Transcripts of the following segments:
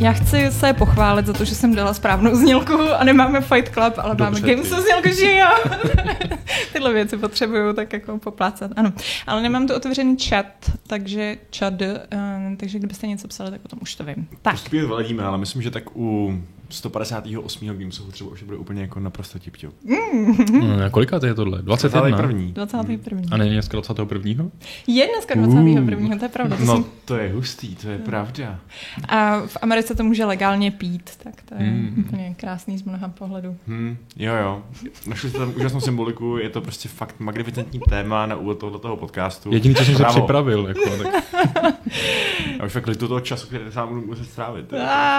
Já chci se pochválit za to, že jsem dala správnou znělku a nemáme Fight Club, ale máme Gamesu znělku, že jo. Tyhle věci potřebuju tak jako poplácat, ano. Ale nemám tu otevřený chat, takže kdybyste něco psali, tak o tom už to vím. Tak. Postupně vyladíme, ale myslím, že tak u 158. Gamesu třeba už bude úplně jako naprosto tipťou. Kolikátý je tohle? 21. 21. A není dneska 21. Je dneska 21. To je pravda. To je hustý, to je pravda. A v Americe to může legálně pít, tak to je úplně krásný z mnoha pohledů. Jo. Našli jste tam úžasnou symboliku, je to prostě fakt magnificentní téma na úvod tohoto podcastu. Jediný, co jsem se připravil. Jako, tak. Já už fakt litu toho času, který sám budu muset strávit.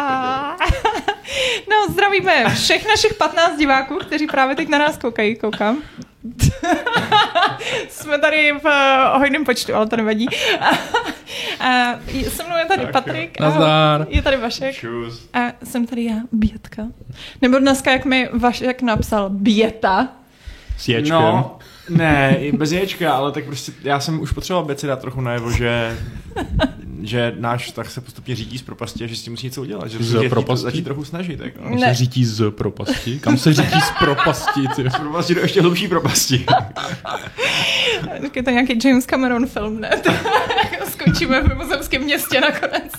No, zdravíme všech našich 15 diváků, kteří právě teď na nás koukám. Jsme tady v hojném počtu, ale to nevadí. Se mnou je tady Patrik. Nazdar. Je tady Vašek. Čus. A jsem tady já, Bětka. Nebo dneska, jak mi Vašek napsal, Běta. S ječkem. No, ne, bez ječka, ale tak prostě já jsem už potřeboval Běci dát trochu najevo, že náš vztah se postupně řídí z propasti a že s tím musí něco udělat. Že začít trochu snažit. Jako. Se řítí z propasti? Kam se řítí z propasti? Z propasti do ještě hlubší propasti. Tak je to nějaký James Cameron film, ne? Skončíme v mimozemském městě nakonec.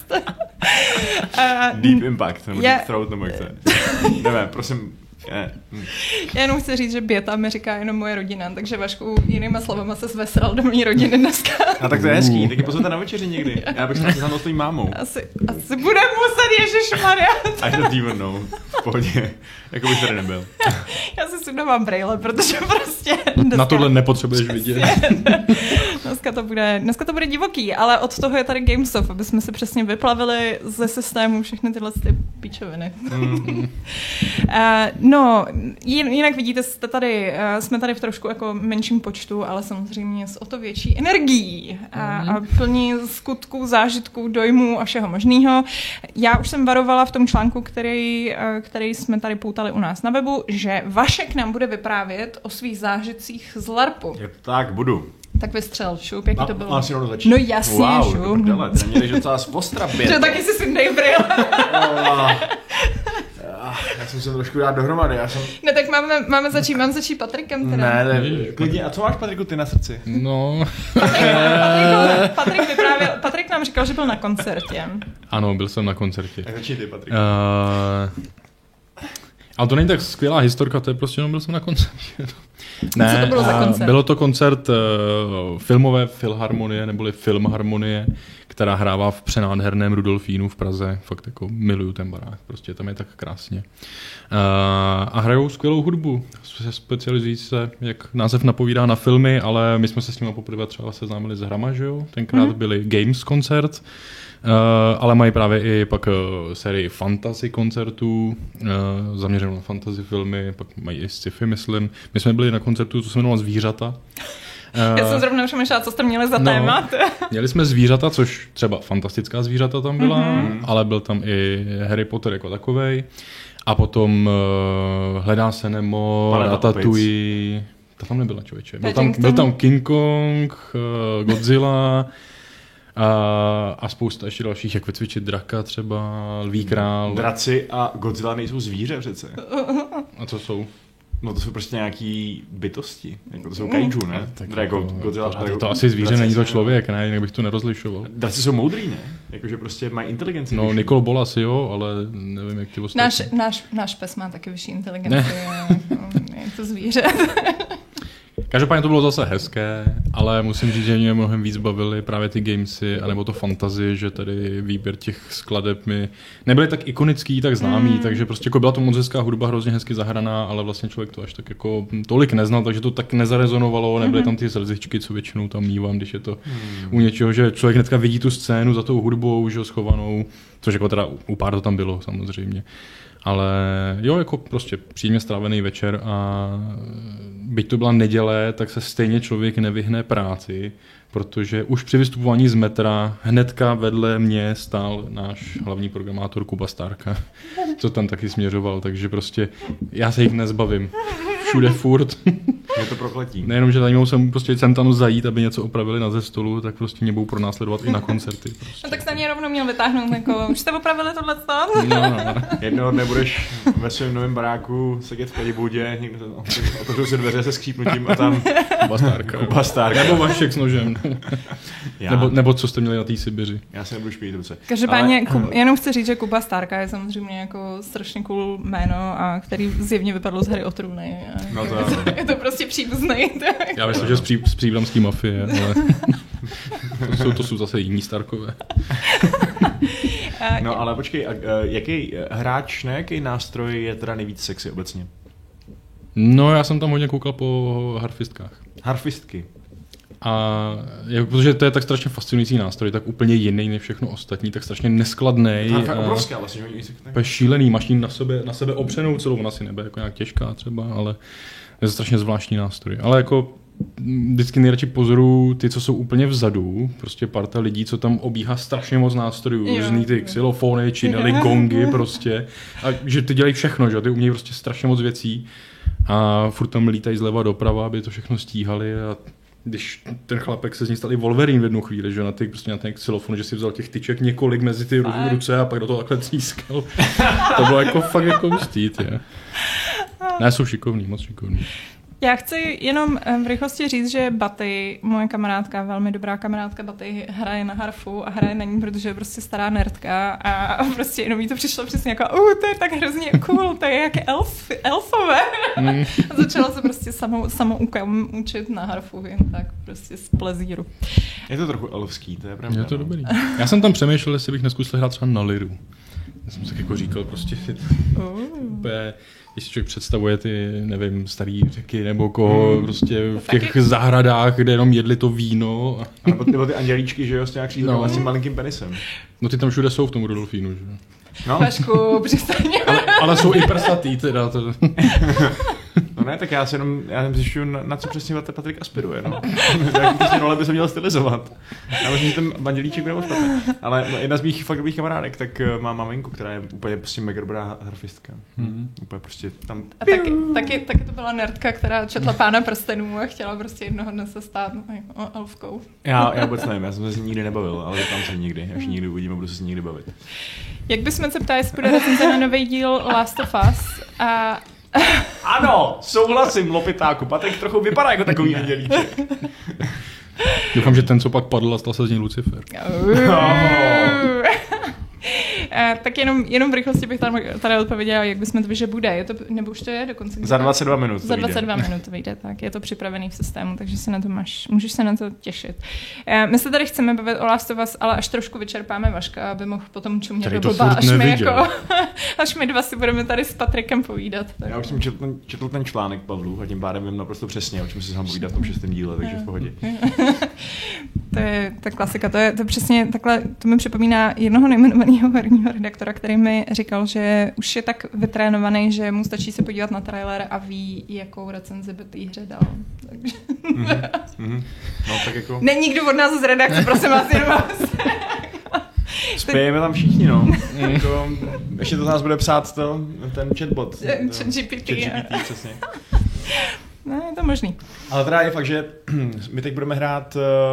Deep Impact, nebo Deep Throat, nebo jak to je. Nevím, prosím. Já jenom chci říct, že Běta mi říká jenom moje rodina, takže Vašku jinýma slovama se zvesral do mý rodiny dneska. A tak to je hezký, taky pozvěte na večeři někdy. Já bych se znal s tvým mámou. Asi bude muset, ježišmarja. I don't even know. V pohodě. Jako bych tady nebyl. Já si sundávám brejle, protože prostě na tohle nepotřebuješ vidět. Dneska to bude divoký, ale od toho je tady Gamesoft, aby jsme se přesně vyplavili ze systému všechny tyhle píčoviny. No, jinak vidíte, jsme tady v trošku jako menším počtu, ale samozřejmě s o to větší energií a plní skutků, zážitků, dojmů a všeho možného. Já už jsem varovala v tom článku, který jsme tady poutali u nás na webu, že Vašek nám bude vyprávět o svých zážitcích z LARPu. Tak, budu. Tak vystřel, šup, jaký to bylo? Asi začít. No jasně, wow, šup. Wow, to měli, že to z ostra bět. Že taky si sundej brýle. Já jsem se trošku dát dohromady. Ne, tak mám začít Patrikem teda. Ne, klidně. A co máš, Patriku, ty na srdci? No. Patrik nám říkal, že byl na koncertě. Ano, byl jsem na koncertě. Tak začni ty, Patrik. Ale to není tak skvělá historka, to je prostě jenom byl jsem na koncertě. Ne, co to bylo za koncert? Bylo to koncert filmové filharmonie, neboli Filmharmonie, která hrává v přenádherném Rudolfínu v Praze. Fakt jako miluju ten barák, prostě tam je tak krásně. A hrajou skvělou hudbu. Specializují se, jak název napovídá, na filmy, ale my jsme se s nimi poprvé třeba seznámili s hrama, že jo? Tenkrát byli Games koncert, ale mají právě i pak sérii fantasy koncertů, zaměřenou na fantasy filmy, pak mají i sci-fi, myslím. My jsme byli na koncertu, co se jmenovalo Zvířata. Já jsem zrovna přemýšlela, co jste měli za témat. Měli jsme zvířata, což třeba fantastická zvířata tam byla, ale byl tam i Harry Potter jako takovej. A potom Hledá se Nemo, Ratatouille. Ta tam nebyla, člověče. Byl tam King Kong, Godzilla a spousta ještě dalších, jak vycvičit draka třeba, Lví král. Draci a Godzilla nejsou zvíře přece. A co jsou? No to jsou prostě nějaký bytosti. Jako to jsou kaiju, ne? Godzilla. To asi zvíře, není to člověk, ne? Jinak bych to nerozlišoval. Draci jsou moudrý, ne? Jakože prostě mají inteligenci. No, Nikol Bolas, jo, ale nevím, jak ty ostatní. Náš pes má taky vyšší inteligenci. Je to zvíře. Každopádně to bylo zase hezké, ale musím říct, že mě mnohem víc bavily právě ty gamesy, anebo to fantasy, že tady výběr těch skladeb mi nebyly tak ikonický, tak známý, takže prostě jako byla to moc hezká hudba, hrozně hezky zahraná, ale vlastně člověk to až tak jako tolik neznal, takže to tak nezarezonovalo, nebyly tam ty slzičky, co většinou tam mívám, když je to u něčeho, že člověk hnedka vidí tu scénu za tou hudbou, že schovanou, což jako teda u pár to tam bylo samozřejmě. Ale jo, jako prostě příjemně strávený večer a byť to byla neděle, tak se stejně člověk nevyhne práci, protože už při vystupování z metra hnedka vedle mě stál náš hlavní programátor Kuba Stárka, co tam taky směřoval, takže prostě já se jich nezbavím. Všude furt. Je to prokletí. Nejenom, že tady jsem prostě sem tam zajít, aby něco opravili na ze stolu, tak prostě mě budou pronásledovat i na koncerty. Prostě. No tak se mě rovnou měl vytáhnout, jako, už jste opravili tohle stát? No. Jednoho dne budeš ve svém novém baráku sedět v Kadibudě, někdo otevřou se dveře se skřípnutím a tam Kuba Stárka. Nebo Vašek s nožem. Nebo co jste měli na té Sibiři. Já se nebudu špít ruce. Každopádně jenom chci říct, že Kuba Stárka je samozřejmě jako strašně cool jméno, a který zjevně vypadlo z Hry o trůny. No je to prostě příbuzný. Já myslím, že z příbramský mafie, ale to jsou zase jiní Starkové. No ale počkej, jaký hráč, na jaký nástroj je teda nejvíc sexy obecně? No já jsem tam hodně koukal po harfistkách. Harfistky. A protože to je tak strašně fascinující nástroj, tak úplně jiný než všechno ostatní, tak strašně neskladnej. To je obrovská vlastně. To je šílený, máš na sebe opřenou celou, ona si nebude jako nějak těžká třeba, ale je to strašně zvláštní nástroj. Ale jako vždycky nejradši pozoruju ty, co jsou úplně vzadu, prostě parta lidí, co tam obíhá strašně moc nástrojů, různý ty xylofony, činely, gongy prostě. A že ty dělají všechno, že ty umějí prostě strašně moc věcí a furt tam lítají zleva doprava, aby to všechno stíhali a když ten chlapek se z ní stal i Wolverine v jednu chvíli, že na ten xylofon, že si vzal těch tyček několik mezi ty ruce a pak do toho takhle třískal. To bylo jako fakt jako hustý, tě. Ne, jsou šikovný, moc šikovný. Já chci jenom v rychlosti říct, že Baty, moje kamarádka, velmi dobrá kamarádka Baty, hraje na harfu a hraje na ní, protože je prostě stará nerdka a prostě jenom jí to přišlo přesně jako to je tak hrozně cool, to je jak elfové. A začala se prostě samoukem učit na harfu, jen tak prostě z plezíru. Je to trochu elfský, to je pravda. Je to dobrý. Já jsem tam přemýšlel, jestli bych neskusil hrát třeba na liru. Já jsem tak jako říkal prostě když si člověk představuje ty, nevím, starý řeky nebo koho prostě v těch zahradách, kde jenom jedli to víno. Nebo ty andělíčky, že jo, s nějak křídlem a s tím malinkým penisem. No ty tam všude jsou v tom Rudolfínu, že jo. No. Vašku, přestaň. Ale jsou i prsatý teda. No ne, tak já jsem zjišťuju, na co přesně Patrik aspiruje, no. Jaký ty role by se měl stylizovat. Já myslím, že ten bandělíček bude špatný. Ale jedna z mých fakt dobrých kamarádek, tak má maminku, která je úplně prostě mega dobrá harfistka. Úplně prostě tam... A taky to byla nerdka, která četla Pána prstenů a chtěla prostě jednoho dne se stát elfkou. Já vůbec nevím, já jsem se s ní nikdy nebavil, ale tam se nikdy, až nikdy uvidíme, budu se s ní nikdy bavit. Jak bychom se ptali, jestli bude recenze na nový díl Last of Us a... Ano, souhlasím, lopitáku. Patrik trochu vypadá jako takový andělíček. Doufám, že ten, co pak padl a stal se z něj Lucifer. Tak jenom v rychlosti bych tady odpověděla, jak bychom to, že bude. Nebo už to je dokonce? Za 22 minut Za 22 minut to vyjde, tak je to připravený v systému, takže se na to můžeš se na to těšit. My se tady chceme bavit o Last of Us, ale až trošku vyčerpáme Vaška, aby mohl potom čumět do blba, až my dva si budeme tady s Patrikem povídat. Tak. Já už jsem četl ten článek Pavlu a tím pádem vím naprosto přesně, o čem si sám povídat v tom 6. díle, takže v pohodě. To je ta klasika, to je přesně takhle, to mi připomíná jednoho nejmenovaného herního redaktora, který mi říkal, že už je tak vytrénovaný, že mu stačí se podívat na trailer a ví, jakou recenzi by té hře dal. Takže... No, tak jako... Není nikdo od nás z redakce, prosím vás, jenom vás. Spějeme tam všichni, no. Jako, ještě to z nás bude psát ten chatbot. ChatGPT, přesně. No, je to možný. Ale teda je fakt, že my teď budeme hrát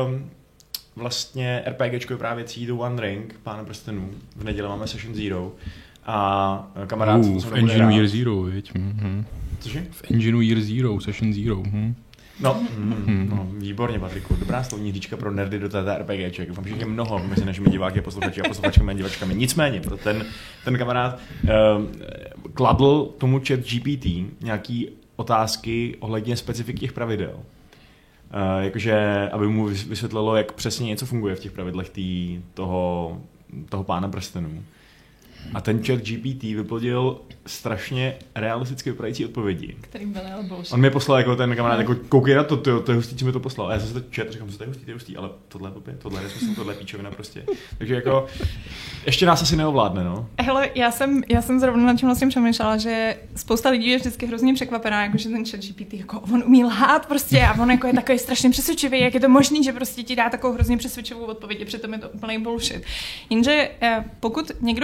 vlastně RPGčko právě The One Ring, Pána prstenů. V neděli máme Session Zero. A kamarád... v Engineu Year Zero, viď? Cože? V Engineu Year Zero, Session Zero. No, výborně, Patriku. Dobrá slovní hříčka pro nerdy do této RPGček. Doufám, že je mnoho mezi našimi diváky a posluchači a posluchačkami a divačkami. Nicméně, ten kamarád kladl tomu ChatGPT nějaký otázky ohledně specifik těch pravidel. Jakože, aby mu vysvětlilo, jak přesně něco funguje v těch pravidlech toho Pána prstenů. A ten ChatGPT vyplodil strašně realisticky vypadající odpovědi. Který byl ale bullshit. On mi poslal jako ten kamarád, jako koukej na to je hustý, co mi to poslal. A já jsem se to čet, říkám, to je hustý, ale tohle je smysl, tohle je píčovina prostě. Takže jako, ještě nás asi neovládne, no. Hele, já jsem zrovna nad čím vlastně přemýšlela, že spousta lidí je vždycky hrozně překvapená, jako že ten ChatGPT, jako on umí lhát prostě a on jako je takový strašně přesvědčivý, jak je to možný, že prostě ti dá takovou hrozně přesvědčivou odpověď, přitom je to úplný bullshit. Jenže pokud někdo chodí na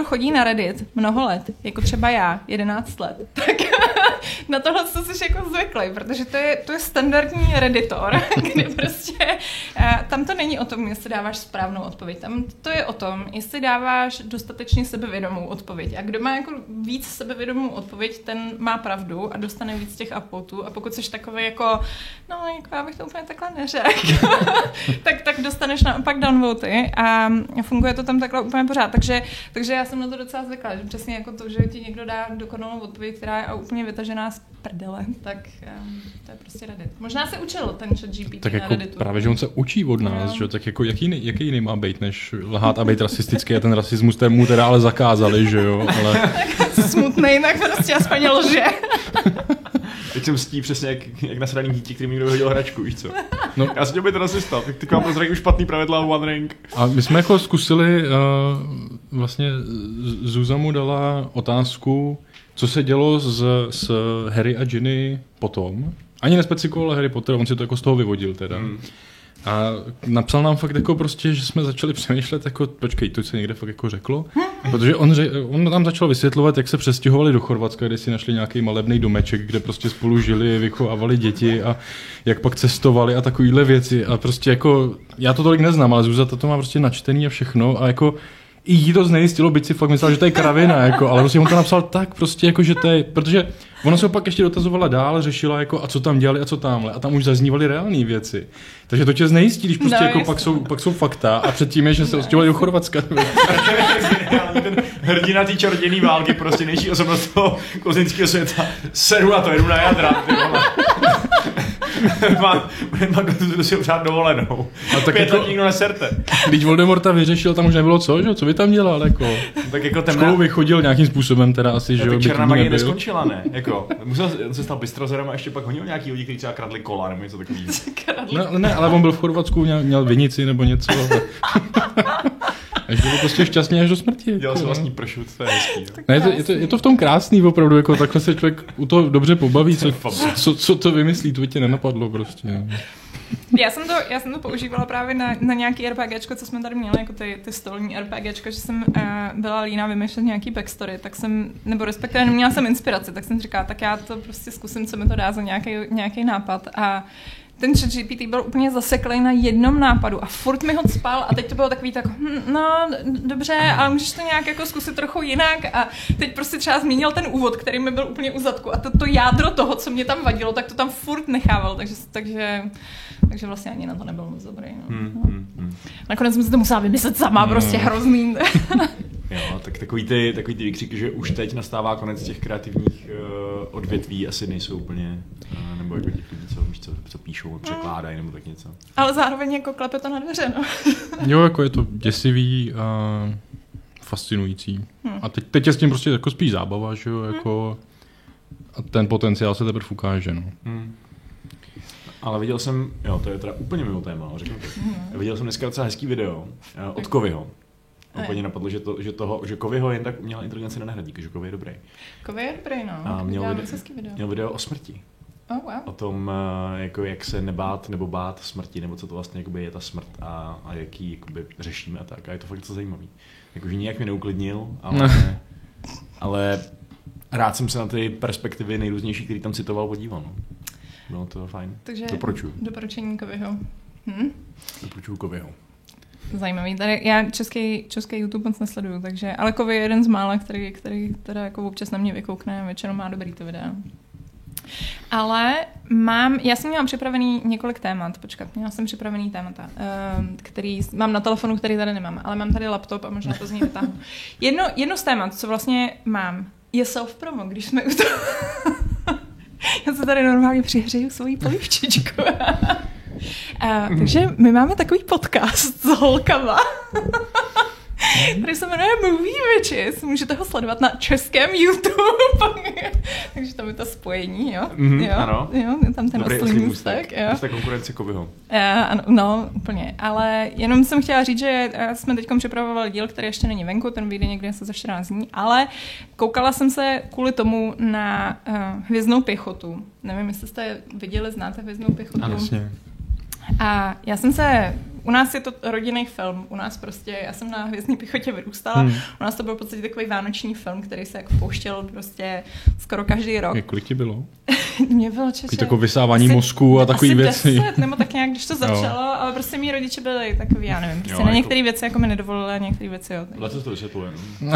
Reddit mnoho let, jako třeba já, 11 let, tak na tohle jsi jako zvyklý, protože to je standardní redditor, kdy prostě tam to není o tom, jestli dáváš správnou odpověď, tam to je o tom, jestli dáváš dostatečně sebevědomou odpověď. A kdo má jako víc sebevědomou odpověď, ten má pravdu a dostane víc těch upvotů. A pokud jsi takový jako, no jako já bych to úplně takhle neřekl, tak dostaneš naopak downvoty a funguje to tam takhle úplně pořád. Takže já jsem na to docela zvykla, že přesně jako to, že ti někdo dá dokonalou odpověď, která je úplně vytažená z prdele, tak to je prostě Reddit. Možná se učil ten ChatGPT tak na jako Redditu. právě, že on se učí od nás, že? Tak jako jaký jiný má být, než lhát a být rasistický a ten rasismus mu teda ale zakázali, že jo, ale... Tak smutnej, tak prostě aspoň lže. Teď jsem stí přesně jak nasraný dítě, který mi někdo hodil hračku, víš co? No. Já si chtěl být rasista, tak teď mám prozradím špatný pravidla One Ring. A my jsme jako zkusili, vlastně Zuzana mu dala otázku, co se dělo s Harry a Ginny potom. Ani nespecifikoval Harry Potter, on si to jako z toho vyvodil teda. A napsal nám fakt jako prostě, že jsme začali přemýšlet jako, počkej, to se někde fakt jako řeklo, protože on nám začal vysvětlovat, jak se přestěhovali do Chorvatska, kde si našli nějaký malebný domeček, kde prostě spolu žili, vychovávali děti a jak pak cestovali a takovýhle věci a prostě jako, já to tolik neznám, ale Zuzana to má prostě načtený a všechno a jako i jí to znejistilo, byť si fakt myslel, že to je kravina, jako, ale prostě on to napsal tak prostě, jako, že to je, protože ona se pak ještě dotazovala dál, řešila jako a co tam dělali a co tamhle a tam už zaznívaly reální věci. Takže to tě znejistí, když prostě jako pak jsou fakta a předtím je, že se odstěhovali do Chorvatska. Ten hrdina té čarodějné války, prostě nejší osobnost toho kozinského světa. Seru na to, jedu na jadra, ty vole. Má si pořád dovolenou. A tak 5 let nikdo neserte. Když Voldemorta vyřešil, tam už nebylo co vy tam dělal, jako. Tak jako školu vychodil nějakým způsobem teda asi, že jo. Tak černá magie neskončila, ne? Jako, on se stal bystrozorem a ještě pak honil nějaký lidi, kteří třeba kradli kola nebo něco takového. No, ne, ale on byl v Chorvatsku, měl vinici nebo něco. Až byl prostě šťastný až do smrti. Dělal si vlastní pršut, to je hezký. Ne, je to v tom krásný opravdu, jako takhle se člověk u toho dobře pobaví, co to vymyslí, to tě nenapadlo prostě. Já jsem to používala právě na nějaký RPGčko, co jsme tady měli, jako ty stolní RPGčko, že jsem byla líná vymýšlet nějaký backstory, tak jsem, nebo respektive neměla jsem inspiraci, tak jsem říkala, tak já to prostě zkusím, co mi to dá za nějaký nápad a ten ChatGPT byl úplně zaseklej na jednom nápadu a furt mi ho cpal a teď to bylo takový tak, no dobře, ale můžeš to nějak jako zkusit trochu jinak a teď prostě třeba změnil ten úvod, který mi byl úplně u zadku a to jádro toho, co mě tam vadilo, tak to tam furt nechával, takže vlastně ani na to nebyl moc dobrý. No. Nakonec jsem si to musela vymyslet sama, prostě hrozný. Jo, tak takový ty výkřiky, že už teď nastává konec těch kreativních odvětví, asi nejsou úplně, nebo jako těch lidí, co píšou, překládají, nebo tak něco. Ale zároveň jako klepe to na dveře, no. Jo, jako je to děsivý a fascinující. A teď je s tím prostě jako spíš zábava, že jo, jako a ten potenciál se teprve ukáže, no. Ale viděl jsem, to je teda úplně mimo téma, ale řeknu to. Viděl jsem dneska docela hezký video od Kovyho. Úplně napadlo, že Kovyho jen tak umělá inteligence nenahradí, že Kovy je dobrý. Kovy je dobrý, no. A měl video o smrti. Oh, wow. O tom, jako jak se nebát nebo bát smrti, nebo co to vlastně jakoby je ta smrt a jak ji jakoby řešíme a tak. A je to fakt docela zajímavý. Jakože nijak mě neuklidnil, ale rád jsem se na ty perspektivy nejrůznější, který tam citoval, podíval. No. Bylo to fajn. Takže doporučení Kovyho. Doporučuju Kovyho. Zajímavý. Tady já český YouTube moc nesleduju, takže ale Kovy je jeden z mála, který teda jako občas na mě vykoukne a většinou má dobrý to videa. Ale já jsem měla připravený několik témat, měla jsem připravený témata, který mám na telefonu, který tady nemám, ale mám tady laptop a možná to z něj vytáhnu. Jedno z témat, co vlastně mám, je self-promo, když jsme u toho. Já se tady normálně přihřeju svoji polivčičku. Takže my máme takový podcast s holkama, který se jmenuje Movie Witches. Můžete ho sledovat na českém YouTube. Takže tam je to spojení, jo? Ano. Jo, je tam ten oslý můstek. To je konkurence Kovyho. Ano, no, úplně. Ale jenom jsem chtěla říct, že jsme teď připravovali díl, který ještě není venku, ten vyjde někde za 14 dní, ale koukala jsem se kvůli tomu na Hvězdnou pěchotu. Nevím, jestli jste viděli, znáte Hvězdnou pěchotu? Ano, jasně. A já jsem se U nás je to rodinný film, u nás prostě, já jsem na Hvězdné pěchotě vyrůstala, u nás to byl v podstatě takový vánoční film, který se jako pouštěl prostě skoro každý rok. Kolik ti bylo? Mě bylo čeče. Takové vysávání mozku a takový věci. 10, nebo tak nějak, když to začalo, ale prostě mý rodiče byli takový, já nevím, prostě na některé věci jako mi nedovolili a některé věci jo. Leco to vysvětluje.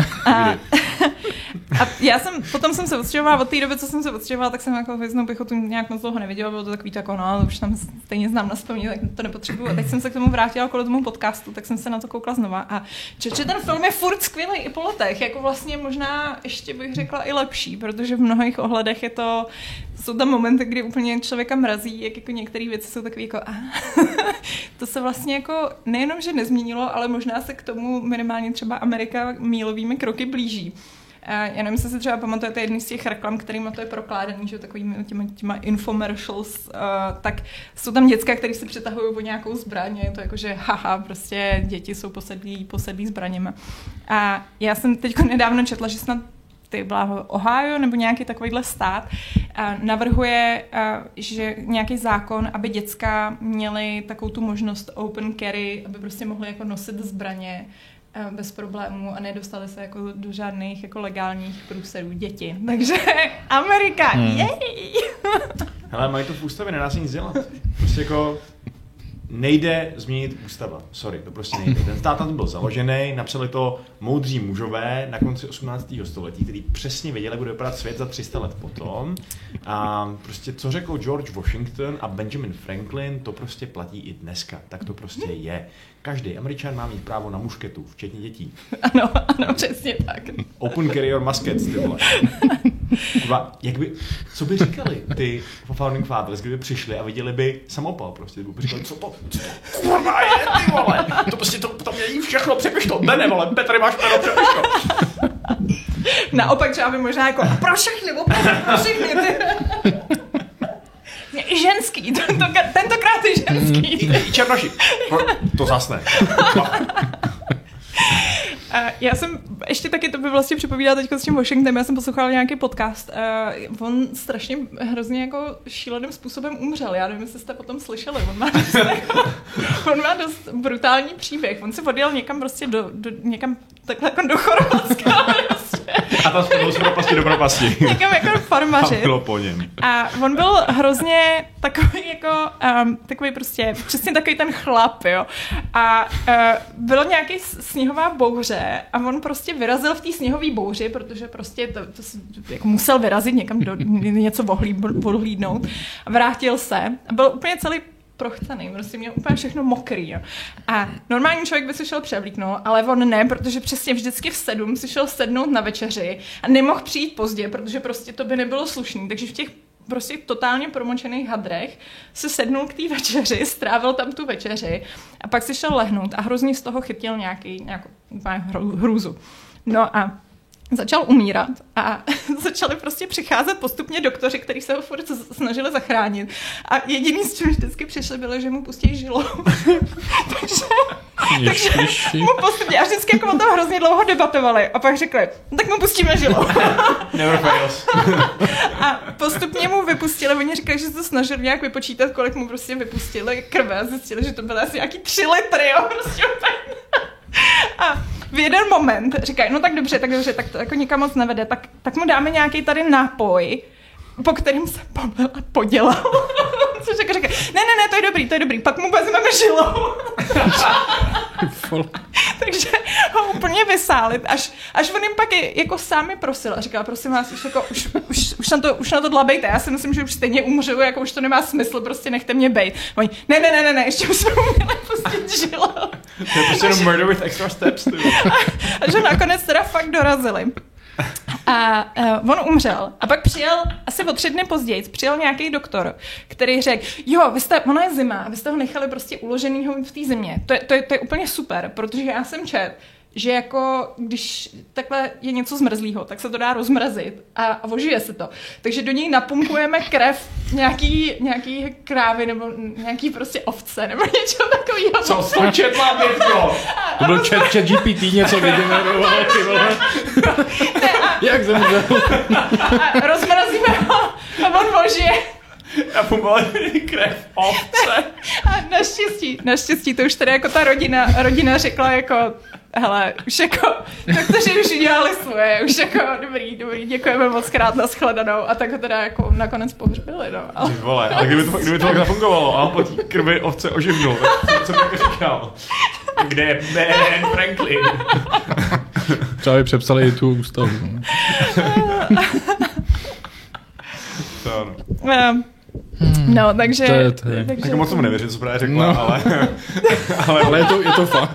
A já potom jsem se odstěhovala, od té doby, co jsem se odstěhovala, tak jsem jako Hvězdnou pěchotu nějak moc dlouho neviděla, bylo to takový to jako, no, už tam stejně znám naspamět, tak to nepotřebuju. A teď jsem se k tomu vrátila kvůli tomu podcastu, tak jsem se na to koukla znova. A čeče, ten film je furt skvělý i po letech, jako vlastně možná ještě bych řekla i lepší, protože v mnohých ohledech jsou tam momenty, kdy úplně člověka mrazí, jak jako některé věci jsou takové jako to se vlastně jako nejenom, že nezměnilo, ale možná se k tomu minimálně třeba Amerika mílovými kroky blíží. Já nevím, jestli si třeba pamatujete jedný z těch reklam, kterýma to je prokládaný, že takovými těma infomercials, tak jsou tam děcka, které se přetahují o nějakou zbraň, je to jako, že haha, prostě děti jsou posedlí zbraněma. A já jsem teď nedávno četla, že snad byla Ohio nebo nějaký takovýhle stát navrhuje, že nějaký zákon, aby děcka měly takovou tu možnost open carry, aby prostě mohly jako nosit zbraně bez problémů a nedostali se jako do žádných jako legálních průserů děti. Takže Amerika, jej! Hele, mají to v ústavě, nedá se nic dělat. Prostě jako nejde změnit ústava. Sorry, to prostě nejde. Ten stát tam byl založený, napsali to moudří mužové na konci 18. století, kteří přesně věděli, jak bude vypadat svět za 300 let potom. A prostě co řekl George Washington a Benjamin Franklin, to prostě platí i dneska. Tak to prostě je. Každý Američan má mít právo na mušketu, včetně dětí. Ano, přesně tak. Open carry your muskets, ty vole. Kurva, co by říkali ty Founding Fathers, kdyby přišli a viděli by samopal prostě, by říkali, co to kurva je, ty vole, to prostě to mění všechno, přepiš to, ne, vole, Petr, máš pero, přepiš to. Naopak třeba by možná jako, pro všechny, ty. I ženský, tentokrát i ženský. I černoši, to zasne. Já jsem, ještě taky to by vlastně připomínala teď s tím Washingtonem, já jsem poslouchala nějaký podcast, on strašně hrozně jako šíleným způsobem umřel, já nevím, jestli jste potom slyšeli, on má dost brutální příběh, on se odjel někam prostě někam takhle jako do Chorvatska. A tam spadl z propasti do propasti. Někam jako farmařit. A bylo po něm. A on byl hrozně takový jako, takový prostě, přesně takový ten chlap, jo. A bylo nějaký sněhová bouře a on prostě vyrazil v té sněhové bouři, protože prostě to jako musel vyrazit někam něco ohlídnout a vrátil se a byl úplně celý prochcený, prostě měl úplně všechno mokrý. Jo. A normální člověk by se šel převlíknout, ale on ne, protože přesně vždycky v 7 si šel sednout na večeři a nemohl přijít pozdě, protože prostě to by nebylo slušný. Takže v těch prostě totálně promočených hadrech se sednul k té večeři, strávil tam tu večeři a pak si šel lehnout a hrozně z toho chytil nějakou úplně hrůzu. No a začal umírat a začali prostě přicházet postupně doktoři, kteří se ho furt snažili zachránit. A jediný, s čím vždycky přišli, bylo, že mu pustí žilou. takže mu postupně, a vždycky jako o tom hrozně dlouho debatovali. A pak řekli, no tak mu pustíme žilou. Never fails. A postupně mu vypustili, oni říkali, že se to snažili nějak vypočítat, kolik mu prostě vypustili krve a zjistili, že to bylo asi nějaký 3 litry, jo, prostě úplně. A v jeden moment říkají, no tak dobře, tak to jako nikam moc nevede, tak mu dáme nějaký tady nápoj, po kterým se pobil a podělal. Což jako říkají, ne, to je dobrý, pak mu vezmeme žilou. Takže ho úplně vysálit, až on jim pak jako sami prosil a říkal, prosím vás, už na to dlabejte, já si myslím, že už stejně umřu, jako už to nemá smysl, prostě nechte mě bejt. Oni, ne, ještě už jsme měli pustit žilou. To je prostě murder with extra steps. A že nakonec teda fakt dorazili. A on umřel. A pak přijel, asi o 3 dny později, přijel nějaký doktor, který řekl, jo, ona je zima, a vy jste ho nechali prostě uloženýho v té zimě. To je úplně super, protože já jsem čet, že jako když takhle je něco zmrzlýho, tak se to dá rozmrazit a ožije se to. Takže do něj napumpujeme krev nějaký krávy nebo nějaký prostě ovce nebo něčeho takového. Co to četla, dětko? To byl chat GPT, něco vygeneroval, ty vole. Jak zemřel? A rozmrazíme ho a on ožije. napumpovali krev ovce. A naštěstí to už tady jako ta rodina řekla jako, hele, už jako, doktoři už udělali svoje, už jako dobrý, děkujeme moc krát, nashledanou a tak ho teda jako nakonec pohřbili, no. Ale... Vole, ale kdyby to tak zafungovalo a po té krvi ovce oživnul, tak co bych jako říkal? Kde je Ben Franklin? Třeba by přepsali i tu ústavu. No, takže... Tak moc tomu nevěřím, co právě řekla, no. ale je to fun.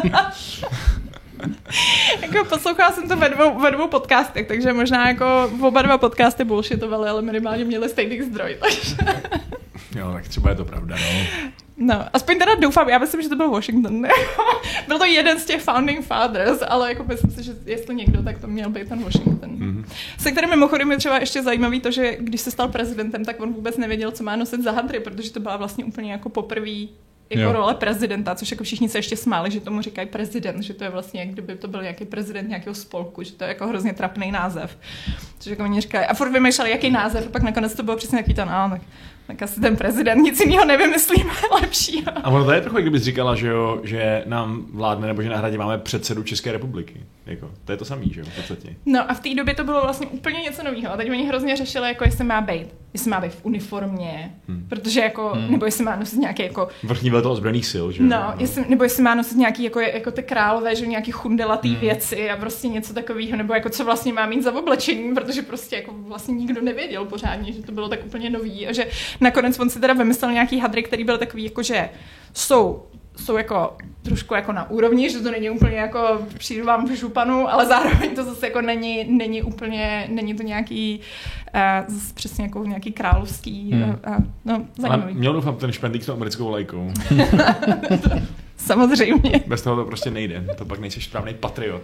Jako poslouchala jsem to ve dvou podcastech, takže možná jako oba dva podcasty bullshitovaly, ale minimálně měli stejný zdroj, takže... Jo, tak třeba je to pravda, no. No, aspoň teda doufám, já myslím, že to byl Washington. Byl to jeden z těch founding fathers, ale jako myslím si, že jestli někdo, tak to měl být ten Washington. Mm-hmm. Se kterým mimochodem je třeba ještě zajímavý to, že když se stal prezidentem, tak on vůbec nevěděl, co má nosit za hadry, protože to byla vlastně úplně jako poprvý jako role prezidenta, což jako všichni se ještě smáli, že tomu říkají prezident, že to je vlastně, jak kdyby to byl nějaký prezident nějakého spolku, že to je jako hrozně trapný název. Což jako oni říkají, a furt vymýšleli, jaký název, a pak nakonec to bylo přesně takový ten, tak asi ten prezident, nic jiného nevymyslíme lepšího. A ono to je trochu, jak kdybys říkala, že jo, že nám vládne, nebo že na Hradě máme předsedu České republiky. Jako, to je to samý, že jo, v podstatě. No a v té době to bylo vlastně úplně něco nového. A teď oni hrozně řešili, jako jestli má být v uniformě, protože jako, nebo jestli má nosit nějaký jako... Vrchní velitel ozbrojených sil, že jo. No, nebo jestli má nosit nějaký jako ty králové, že nějaký chundelatý věci a prostě něco takového, nebo jako co vlastně má mít za oblečení, protože prostě jako vlastně nikdo nevěděl pořádně, že to bylo tak úplně nový a že nakonec on si teda vymyslel nějaký hadry, který byl takový jako, že jsou jako trošku jako na úrovni, že to není úplně jako přijdu vám v županu, ale zároveň to zase jako není úplně, není to nějaký zase přesně jako nějaký královský no, zajímavý. Ale měl doufám ten špendlík s tou americkou vlajkou. Samozřejmě. Bez toho to prostě nejde, to pak nejsi správný patriot.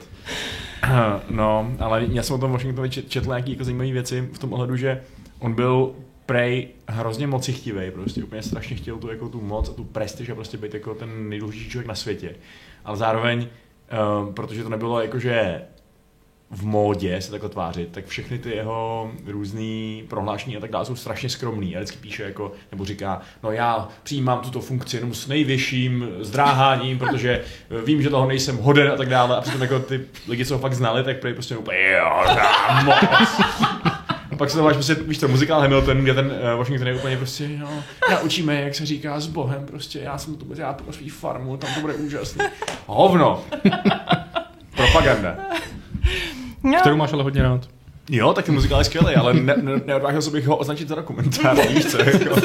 No, ale já jsem o tom Washingtonu četl nějaký jako zajímavé věci v tom ohledu, že on byl prej hrozně mocichtivej, prostě úplně strašně chtěl tu moc a tu prestiž a prostě být jako ten nejdůležitější člověk na světě. Ale zároveň, protože to nebylo jakože v módě se takhle tvářit, tak všechny ty jeho různý prohlášení a tak dále jsou strašně skromný. A vždycky píše jako, nebo říká, no já přijímám tuto funkci jenom s nejvyšším zdráháním, protože vím, že toho nejsem hoden a tak dále. A přitom jako ty lidi, co ho fakt znali, tak prej prostě úplně moc. Pak se to máš prostě, víš to, muzikál Hamilton, kde ten Washington je úplně prostě, no, naučíme, jak se říká, s Bohem, prostě, já jsem to dělal pro svý farmu, tam to bude úžasný. Hovno! Propaganda. No. Kterou máš ale hodně rád. Jo, tak ten muzikál je skvělý, ale neodvážil jsem bych ho označit za dokumentár, víš co, jako.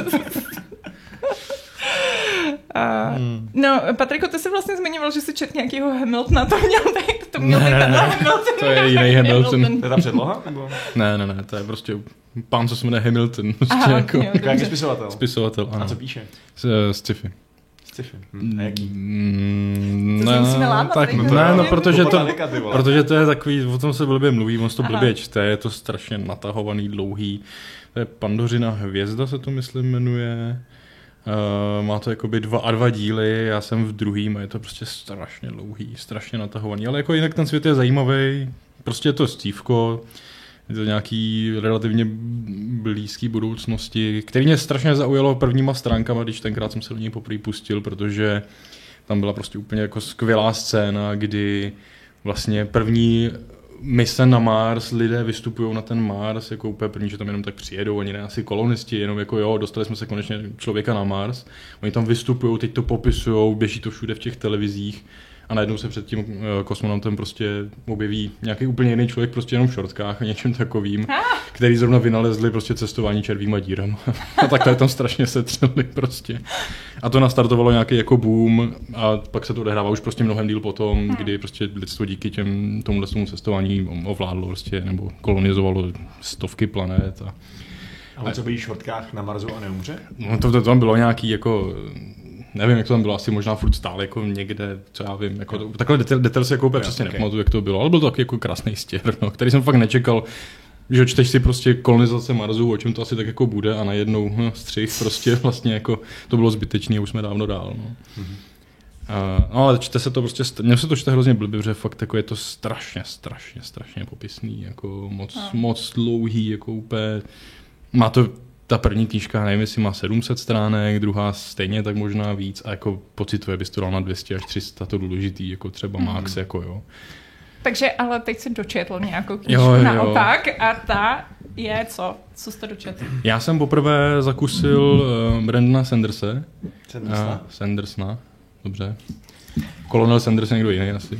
No, Patriku, ty jsi vlastně zmiňoval, že jsi četl nějakýho Hamiltona, to měl být Hamilton. To je jiný Hamilton. To je ta předloha? Nebo? Ne, to je prostě pán, co se jmenuje Hamilton. Prostě aha, jako, jo, jaký spisovatel? Spisovatel, ano. A co píše? Sci-fi. Sci-fi. A jaký? Protože to je takový, o tom se blbě mluví, on se to blbě čte, je to strašně natahovaný, dlouhý. To je Pandořina hvězda, se to myslím jmenuje. Má to jakoby dva díly, já jsem v druhým a je to prostě strašně dlouhý, strašně natahovaný, ale jako jinak ten svět je zajímavý, prostě je to scívko, je to nějaký relativně blízký budoucnosti, který mě strašně zaujalo prvníma stránkama, když tenkrát jsem se do něj poprvé pustil, protože tam byla prostě úplně jako skvělá scéna, kdy vlastně první mise na Mars, lidé vystupují na ten Mars, jako úplně první, že tam jenom tak přijedou, oni ne asi kolonisti, jenom jako jo, dostali jsme se konečně člověka na Mars, oni tam vystupují, teď to popisujou, běží to všude v těch televizích a najednou se před tím kosmonautem prostě objeví nějaký úplně jiný člověk, prostě jenom v šortkách a něčem takovým, který zrovna vynalezli prostě cestování červýma dírama. A tak tady tam strašně setřeli prostě. A to nastartovalo nějaký jako boom a pak se to odehrává už prostě mnohem díl potom, kdy prostě lidstvo díky tomuhle cestování ovládlo prostě, nebo kolonizovalo stovky planet. A on co by jí v šortkách na Marsu a neumře? No to tam bylo nějaký jako... Nevím, jak to tam bylo, asi možná furt stále jako někde, co já vím, jako to, takhle detail se jako úplně přesně nepamatuju, jak to bylo, ale byl to taky jako krásný stěr, no, který jsem fakt nečekal, že čteš si prostě kolonizace Marsu, o čem to asi tak jako bude a najednou střih prostě vlastně jako to bylo zbytečný a už jsme dávno dál, no. No ale čte se to prostě, mně se to čte hrozně blbě, protože fakt jako je to strašně popisný, jako moc dlouhý, jako úplně, má to ta první knížka, nevím, jestli má 700 stránek, druhá stejně tak možná víc a jako pocitově bys to dal na 200 až 300, to důležitý, jako třeba Max, jako jo. Takže, ale teď si dočetl nějakou knížku naopak a ta je co? Co jste dočetl? Já jsem poprvé zakusil Brandona Sandersona, dobře. Colonel Sanders je někdo jiný asi.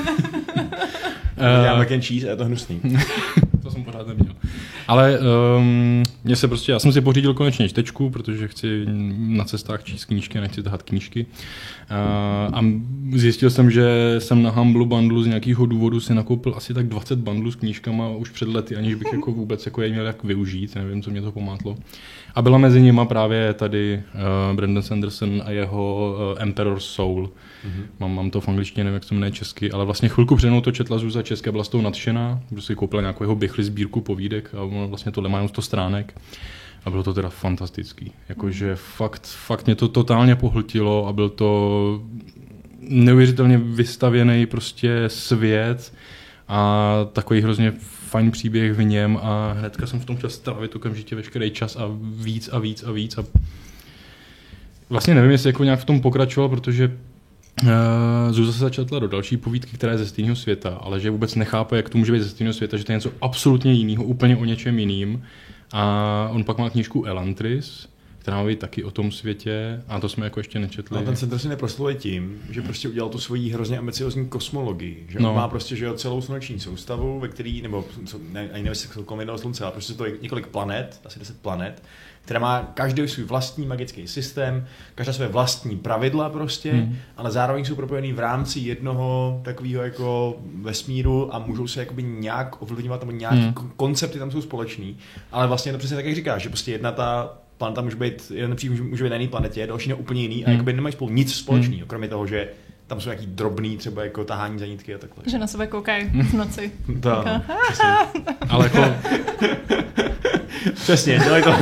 Já mac and cheese a je to hnusný. To jsem pořád neměl. Ale já jsem si pořídil konečně čtečku, protože chci na cestách číst knížky, nechci tahat knížky. A zjistil jsem, že jsem na Humble Bundle z nějakého důvodu si nakoupil asi tak 20 bundlů s knížkama už před lety, aniž bych jako vůbec jako je měl jak využít, nevím, co mě to pomátlo. A byla mezi nimi právě tady Brandon Sanderson a jeho Emperor's Soul. Mám to v angličtině, nevím, jak se jmenuje česky, ale vlastně chvilku přednou to četla Zůza české, byla z toho nadšená, protože si koupila nějakou jeho bychli sbírku povídek a ono vlastně tohle má jenom 100 stránek. A bylo to teda fantastický. Jakože fakt mě to totálně pohltilo a byl to neuvěřitelně vystavěný prostě svět a takový hrozně fajn příběh v něm a hnedka jsem v tom chtěl strávit okamžitě veškerý čas a víc a víc a víc a vlastně nevím, jestli jako nějak v tom pokračoval, protože Zůza se začala do další povídky, která je ze stejného světa, ale že vůbec nechápe, jak to může být ze stejného světa, že to je něco absolutně jiného, úplně o něčem jiným. A on pak má knížku Elantris, která má být taky o tom světě a to jsme jako ještě nečetli. A ten Sanders si neprosluje tím, že prostě udělal tu svoji hrozně ambiciozní kosmologii, že on má prostě že celou sluneční soustavu, ve který, nebo ani nevím, jestli kolem jednoho slunce, ale prostě to je několik planet, asi 10 planet, která má každý svůj vlastní magický systém, každá své vlastní pravidla prostě, ale zároveň jsou propojený v rámci jednoho takového jako vesmíru a můžou se jakoby nějak ovlivňovat, nebo nějaký koncepty tam jsou společný, ale vlastně to přesně tak, jak říkáš, že prostě jedna ta planeta může být, jeden příběh může být na jiné planetě, další na úplně jiný a jakoby nemají spolu nic společného, kromě toho, že tam jsou nějaký drobný třeba jako tahání za nitky a takhle. Že na sebe koukají v noci. To, ale jako přesně, dělají to.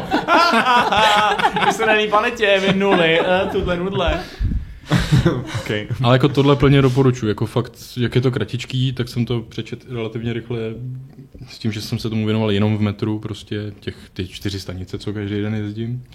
My jsme na jiný planetě minuli, tuhle nudle. Okay. Ale jako tohle plně doporučuji, jako fakt, jak je to kratičký, tak jsem to přečet relativně rychle s tím, že jsem se tomu věnoval jenom v metru, prostě ty 4 stanice, co každý den jezdím.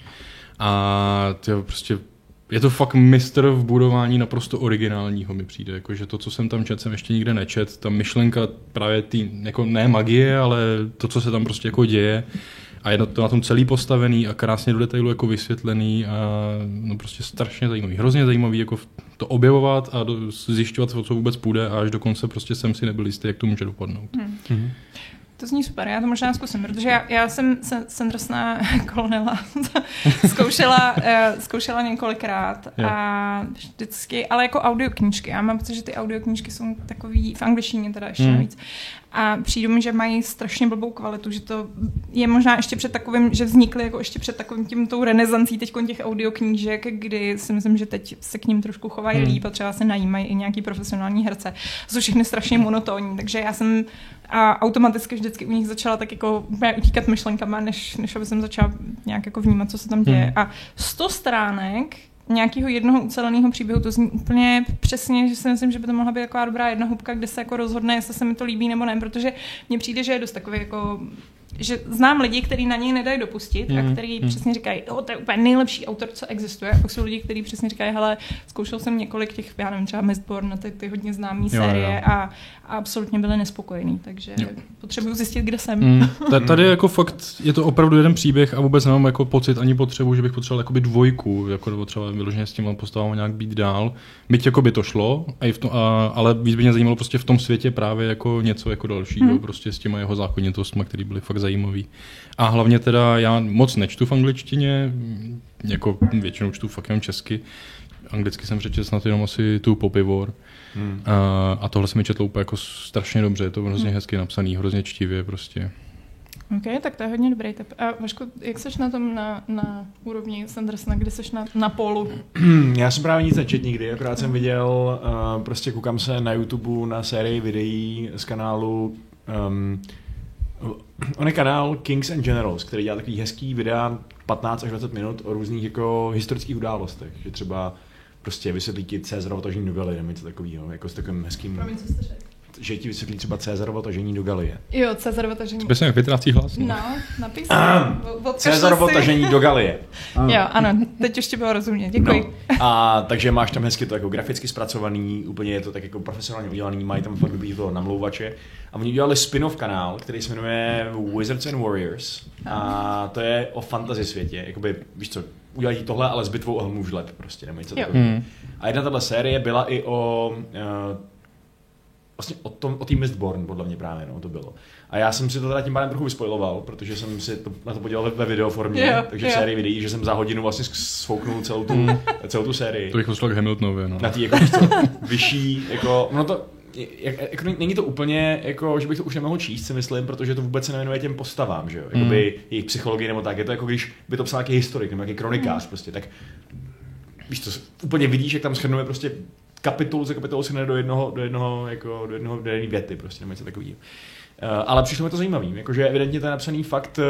A to prostě je to fakt mistr v budování naprosto originálního mi přijde, jakože to, co jsem tam čet, jsem ještě nikde nečet, ta myšlenka právě jako ne magie, ale to, co se tam prostě jako děje a je to na tom celý postavený a krásně do detailu jako vysvětlený a no prostě strašně zajímavý, hrozně zajímavý jako to objevovat a zjišťovat, o co vůbec půjde a až do konce prostě jsem si nebyl jistý, jak to může dopadnout. To zní super, já to možná zkusím, protože já jsem Sandersona Colonela zkoušela několikrát a vždycky, ale jako audioknížky. Já mám pocit, že ty audioknížky jsou takový, v angličtině teda ještě navíc. A přijde mi, že mají strašně blbou kvalitu, že to je možná ještě před takovým, že vznikly jako ještě před takovým tou renesancí teďkon těch audioknížek, kdy si myslím, že teď se k ním trošku chovají líp a třeba se najímají i nějaký profesionální herce. Jsou všechny strašně monotónní, takže já jsem automaticky vždycky u nich začala tak jako utíkat myšlenkama, než aby jsem začala nějak jako vnímat, co se tam děje. A 100 stránek nějakého jednoho uceleného příběhu, to zní úplně přesně, že si myslím, že by to mohla být taková dobrá jednohubka, kde se jako rozhodne, jestli se mi to líbí nebo ne, protože mně přijde, že je dost takový jako, že znám lidi, kteří na něj nedají dopustit a kteří přesně říkají, to je úplně nejlepší autor, co existuje. A pak jsou lidi, kteří přesně říkají, hele, zkoušel jsem několik těch, já nevím, třeba Mistborn, ty hodně známý série a absolutně byli nespokojení, takže potřebuju zjistit, kde jsem. Tady jako fakt je to opravdu jeden příběh a vůbec nemám jako pocit ani potřebu, že bych potřeboval jakoby dvojku, jako třeba vyloženě s těma postavama nějak být dál. Byť jako by to šlo, ale víc by mě zajímalo prostě v tom světě právě jako něco jako dalšího, prostě s těma jeho zákonitostma, které byly fakt zajímavý. A hlavně teda já moc nečtu v angličtině, jako většinou čtu fakt jenom česky. Anglicky jsem přečetl snad jenom asi tu Poppy War. A tohle se mi četlo úplně jako strašně dobře, je to hrozně hezky napsaný, hrozně čtivě prostě. OK, tak to je hodně dobrý tip. A Vašku, jak seš na tom na úrovni Sandersona, kde seš na pólu? Já jsem právě nic nečet nikdy, akorát jsem viděl, prostě koukám se na YouTube na sérii videí z kanálu on je kanál Kings and Generals, který dělá takový hezký videa 15 až 20 minut o různých jako historických událostech, že třeba prostě vysvětlí ti Caesarova tažní novely nebo něco takového, jako s takovým hezkým... Promiň, co jste řekl? že ti vysvětlí třeba Cezarovo tažení do Galie. Jo, Cezarovo tažení. Zbyl jsem jak vytrácí hlas. No, napíš Cezarovo tažení do Galie. Jo, ano, teď už ti bylo rozumět, děkuji. No. A takže máš tam hezky to jako graficky zpracovaný, úplně je to tak jako profesionálně udělaný, mají tam fakt dobrý to namlouvače. A oni udělali spin-off kanál, který se jmenuje Wizards and Warriors. A to je o fantasy světě, jakoby, víš co, udělají tohle, ale s bitvou o Helmův žleb prostě, nebo něco takového. A jedna tato série byla i o vlastně o tým Mistborn, podle mě právě, no, to bylo. A já jsem si to teda tím pádem trochu vyspoiloval, protože jsem si na to podíval ve videoformě, takže v sérii videí, že jsem za hodinu vlastně sfouknul celou tu sérii. To bych poslal k Hamiltonovi, no. Na tý jako vyšší, jako, no to, jako není to úplně, jako, že bych to už nemohl číst, si myslím, protože to vůbec se nevěnuje těm postavám, že jo, jakoby jejich psychologii nebo tak, je to jako když by to psal nějaký historik nebo nějaký kronikář prostě, tak víš to, úplně vidíš, jak tam shrnuje prostě kapitolu za kapitolu shrnuje do jedné věty prostě, nebo něco takového. Ale přišlo mi to zajímavý, jakože evidentně to je napsaný fakt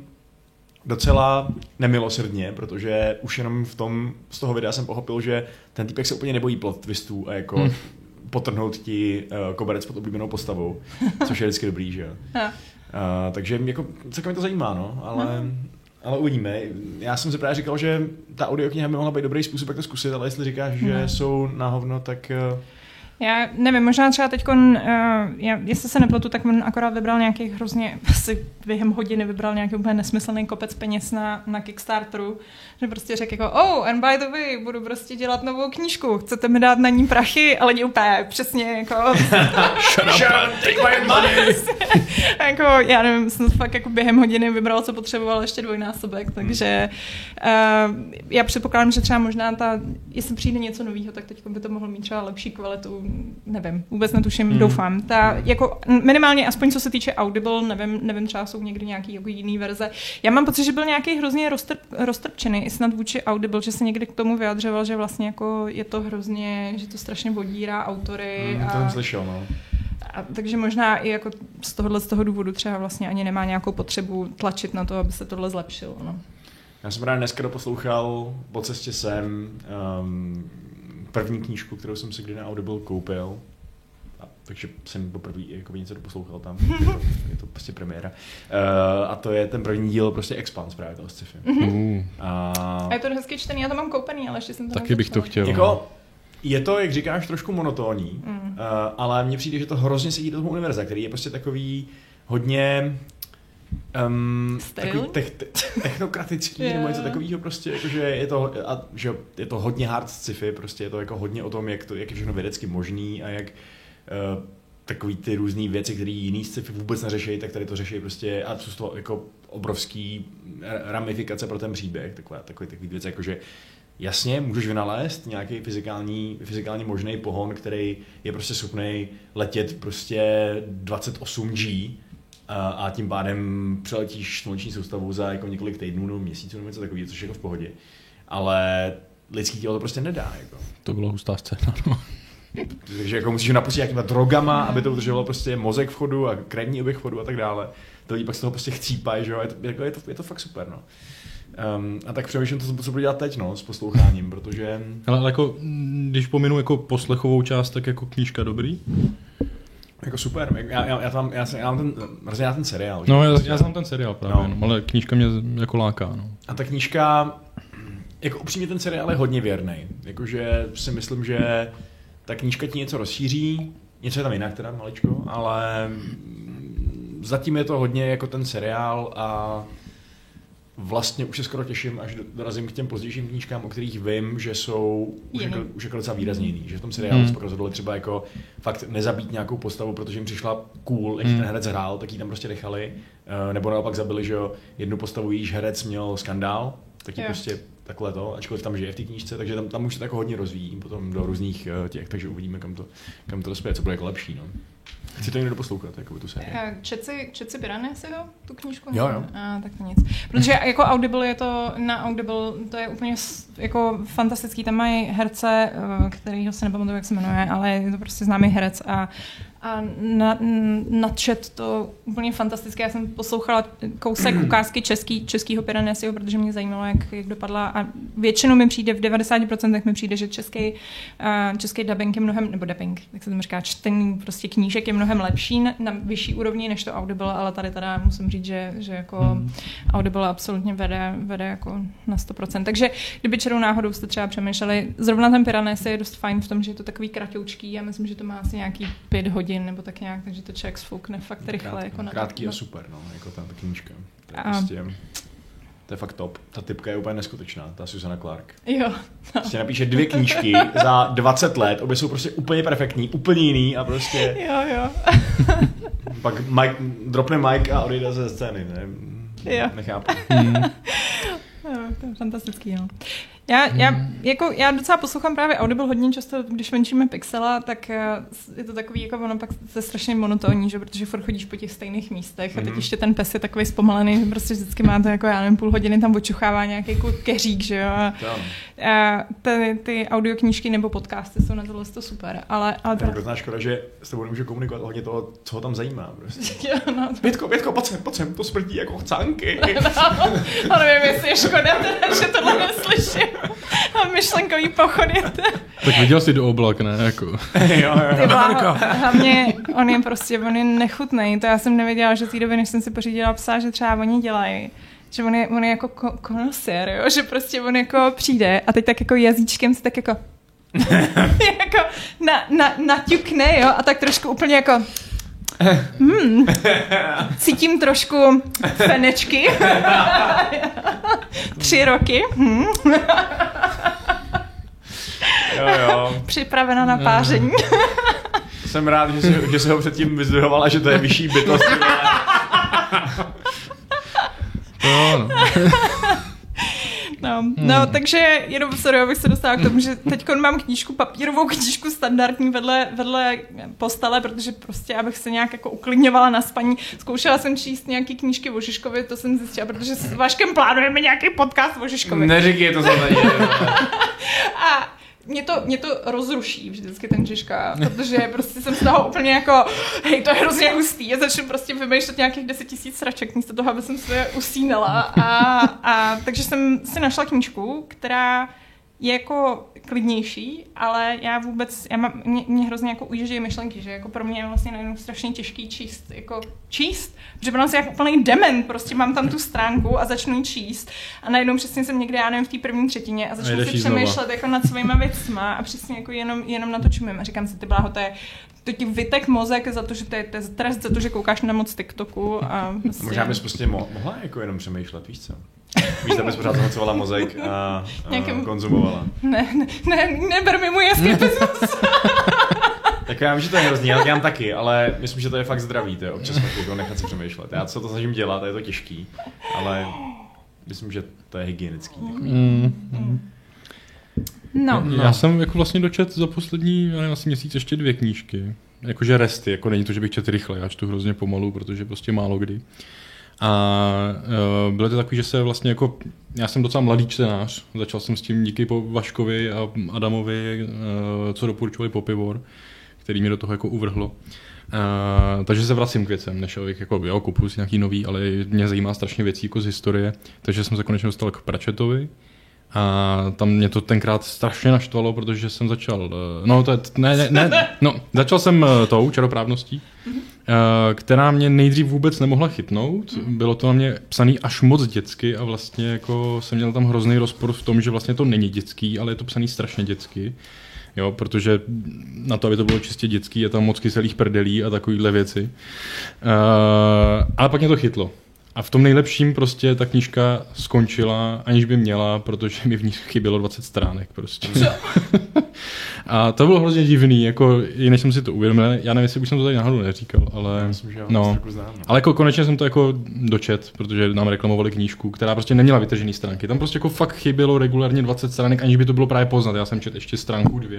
docela nemilosrdně, protože už jenom z toho videa jsem pochopil, že ten týpek se úplně nebojí plot twistů a jako potrhnout ti koberec pod oblíbenou postavou, což je vždycky dobrý, že jo. Takže jako celkem mě to zajímá, no, ale uvidíme. Já jsem si právě říkal, že ta audiokniha by mohla být dobrý způsob, jak to zkusit, ale jestli říkáš, že jsou na hovno, tak... Já nevím, možná třeba teďkon, jestli se nepletu, tak on akorát vybral nějaký hrozně, asi během hodiny vybral nějaký úplně nesmyslný kopec peněz na Kickstarteru, že prostě řekl jako, and by the way, budu prostě dělat novou knížku, chcete mi dát na ní prachy, ale nie úplně přesně jako... Shut up, take my money! Jako, já nevím, jsem fakt jako během hodiny vybral, co potřeboval, ještě dvojnásobek, takže já předpokládám, že třeba možná jestli přijde něco nového, tak teď by to mohlo mít třeba lepší kvalitu, nevím, vůbec netuším, doufám. Jako minimálně, aspoň co se týče Audible, nevím, třeba jsou někdy nějaký jako jiný verze. Já mám pocit, že byl nějaký hrozně roztrpčený i snad vůči Audible, že se někdy k tomu vyjadřoval, že vlastně jako je to hrozně, že to strašně vodírá autory. To jsem slyšel, no. Takže možná i jako z toho důvodu třeba vlastně ani nemá nějakou potřebu tlačit na to, aby se tohle zlepšilo. No. Já jsem právě dneska doposlouchal po cestě sem první knížku, kterou jsem si kdy na Audible koupil. Takže jsem poprvé jako něco doposlouchal tam. Je to prostě premiéra. A to je ten první díl prostě Expanse právě toho sci-fi. A je to hezky čtený, já to mám koupený, ale ještě jsem to taky bych to chtěl. Jako, je to, jak říkáš, trošku monotónní, ale mně přijde, že to hrozně sedí do toho univerza, který je prostě takový hodně takový technokratický nebo něco takového prostě, jakože je to hodně hard sci-fi, prostě je to jako hodně o tom, jak je všechno vědecky možný a jak takový ty různý věci, které jiný sci-fi vůbec neřeší, tak tady to řeší prostě a jsou to jako obrovský ramifikace pro ten příběh, takový věc, jakože jasně, můžeš vynalézt nějaký fyzikální možný pohon, který je prostě schopný letět prostě 28G a tím pádem přeletíš sluneční soustavu za jako několik týdnů nebo měsíců nebo něco takového, což je jako v pohodě. Ale lidský tělo to prostě nedá. Jako. To byla hustá scéna, no. Takže jako musíš napustit nějakýma drogama, aby to udrželo prostě mozek v chodu a krevní oběh v chodu a tak dále. To lidi pak z toho prostě chcípají, že jo, je to fakt super, no. A tak přemýšlím to, co budu dělat teď, no, s posloucháním, protože... Ale jako, když pominu jako poslechovou část, tak jako knížka dobrý? Jako super, já mám ten seriál. No, já znám ten seriál právě, no, ale knížka mě jako láká, no. A ta knížka, jako upřímně ten seriál je hodně věrnej, jakože si myslím, že ta knížka ti něco rozšíří, něco je tam jinak teda maličko, ale zatím je to hodně jako ten seriál a vlastně už se skoro těším, až dorazím k těm pozdějším knížkám, o kterých vím, že jsou už jako docela výrazně jiný. Že v tom seriálu se pak rozhodli třeba jako fakt nezabít nějakou postavu, protože jim přišla cool, jak ten herec hrál, tak ji tam prostě nechali. Nebo naopak zabili, že jednu postavu, jíž herec měl skandál, tak ji prostě takhle to, ačkoliv tam žije v té knížce, takže tam už se tak hodně rozvíjí potom do různých těch, takže uvidíme, kam to dospěje, co bude jako lepší. No. Chci to někdo doposlouchat, jako tu sérii. Četci Pirany si ho, tu knížku? Jo. Tak to nic. Protože jako Audible je to, na Audible to je úplně jako fantastický, tam mají herce, kterýho se nepamatuju, jak se jmenuje, ale je to prostě známý herec a nadšet to úplně fantastické. Já jsem poslouchala kousek ukázky českýho Piranesiho, protože mě zajímalo, jak dopadla a většinou mi přijde, v 90% mi přijde, že český dubbing je mnohem, nebo dubbing, jak se tomu říká, čtení prostě knížek je mnohem lepší na vyšší úrovni než to Audible, ale tady teda musím říct, že jako Audible absolutně vede jako na 100%. Takže kdyby čerou náhodou jste třeba přemýšleli, zrovna ten Piranesi je dost fajn v tom, že je to takový kratoučký, já myslím, že to má asi nějaký 5 hodin nebo tak nějak, takže to člověk sfoukne fakt rychle. Krátký a super, no, jako ta knížka. To je fakt top. Ta typka je úplně neskutečná, ta Susanna Clark. Jo. No. Prostě napíše 2 knížky za 20 let, obě jsou prostě úplně perfektní, úplně jiný a prostě... Jo. Pak dropne Mike a odejde ze scény, ne? Jo. Nechápu. To je fantastický, no. Já docela poslouchám právě Audible hodně často, když venčíme Pixela, tak je to takový, jako ono pak je strašně monotónní, že? Protože furt chodíš po těch stejných místech a teď ještě ten pes je takový zpomalený, že prostě vždycky máte jako, já nevím, půl hodiny tam očuchává nějaký keřík, že jo. A ty audioknížky nebo podcasty jsou na tohle super, ale to je hrozná škoda, že s tebou nemůžu komunikovat hodně toho, co ho tam zajímá. Prostě. Jo, no. Pětko, pojď sem, to smrdí jako chcánky. No, nevím, jestli je škoda, že tohle neslyším. A myšlenkový pochod je to. Tak viděl jsi do oblak, ne? Jako. Jo. Hlavně on je nechutnej. To já jsem nevěděla, že v té době, než jsem si pořídila psa, že třeba oni dělají. Že on je jako konosiér, jo? Že prostě on jako přijde a teď tak jako jazyčkem se tak jako jako naťukne, jo? A tak trošku úplně jako cítím trošku fenečky. 3 roky. Jo. Připravena na páření. Jsem rád, že se ho předtím vyzdvihovala, že to je vyšší bytost. No, takže jenom sorry, abych se dostala k tomu, že teď mám papírovou knížku standardní vedle postele, protože prostě abych se nějak jako uklidňovala na spaní. Zkoušela jsem číst nějaký knížky o Žižkovi, to jsem zjistila, protože s Vaškem plánujeme nějaký podcast o Žižkovi. Neříkej to za A mě to rozruší vždycky ten Žižka, protože prostě jsem z toho úplně jako, hej, to je hrozně hustý a začnu prostě vymýšlet nějakých 10 000 sraček místo toho, aby jsem se usínala a takže jsem si našla knížku, která je jako klidnější, ale mě hrozně jako ujíždějí myšlenky, že jako pro mě je vlastně najednou strašně těžký číst, protože pro nás je jako úplný dement, prostě mám tam tu stránku a začnu ji číst a najednou přesně jsem někde, já nevím, v té první třetině a začnu si přemýšlet jako nad svýma věcma a přesně jako jenom na to čumím a říkám si, ty bláho, to ti vytek mozek za to, že to je trest za to, že koukáš na moc TikToku a vlastně... Možná bys prostě mohla jako jenom přemýšlet, víš co? Víš, abys pořád zahlcovala mozek a konzumovala. Neber mi můj escapismus. Tak já vím, že to je hrozný, já dělám taky, ale myslím, že to je fakt zdravý, to je občas jako nechat si přemýšlet. Já se to snažím dělat, je to těžký, ale myslím, že to je hygienický. No. Já jsem jako vlastně dočet za poslední asi měsíc ještě 2 knížky. Jakože resty, jako není to, že bych čet rychle, já čtu hrozně pomalu, protože prostě málo kdy. A bylo to takový, že se vlastně jako, já jsem docela mladý čtenář, začal jsem s tím díky po Vaškovi a Adamovi, co doporučovali Popivor, který mě do toho jako uvrhlo. Takže se vracím k věcem, než abych jako, kupuju si nějaký nový, ale mě zajímá strašně věcí jako z historie, takže jsem se konečně dostal k Pratchettovi. A tam mě to tenkrát strašně naštvalo, protože jsem začal, začal jsem tou čaroprávností, která mě nejdřív vůbec nemohla chytnout. Bylo to na mě psaný až moc dětsky a vlastně jako jsem měl tam hrozný rozpor v tom, že vlastně to není dětský, ale je to psaný strašně dětsky. Jo, protože na to, aby to bylo čistě dětský, je tam moc kyselých prdelí a takovýhle věci. Ale pak mě to chytlo. A v tom nejlepším prostě ta knížka skončila, aniž by měla, protože mi v ní chybělo 20 stránek prostě. A to bylo hrozně divný, jako, než jsem si to uvědomil, já nevím, jestli už jsem to tady náhodou neříkal, ale myslím, že ale jako konečně jsem to jako dočet, protože nám reklamovali knížku, která prostě neměla vytržený stránky. Tam prostě jako fakt chybělo regulárně 20 stránek, aniž by to bylo právě poznat. Já jsem čet ještě stránku 2,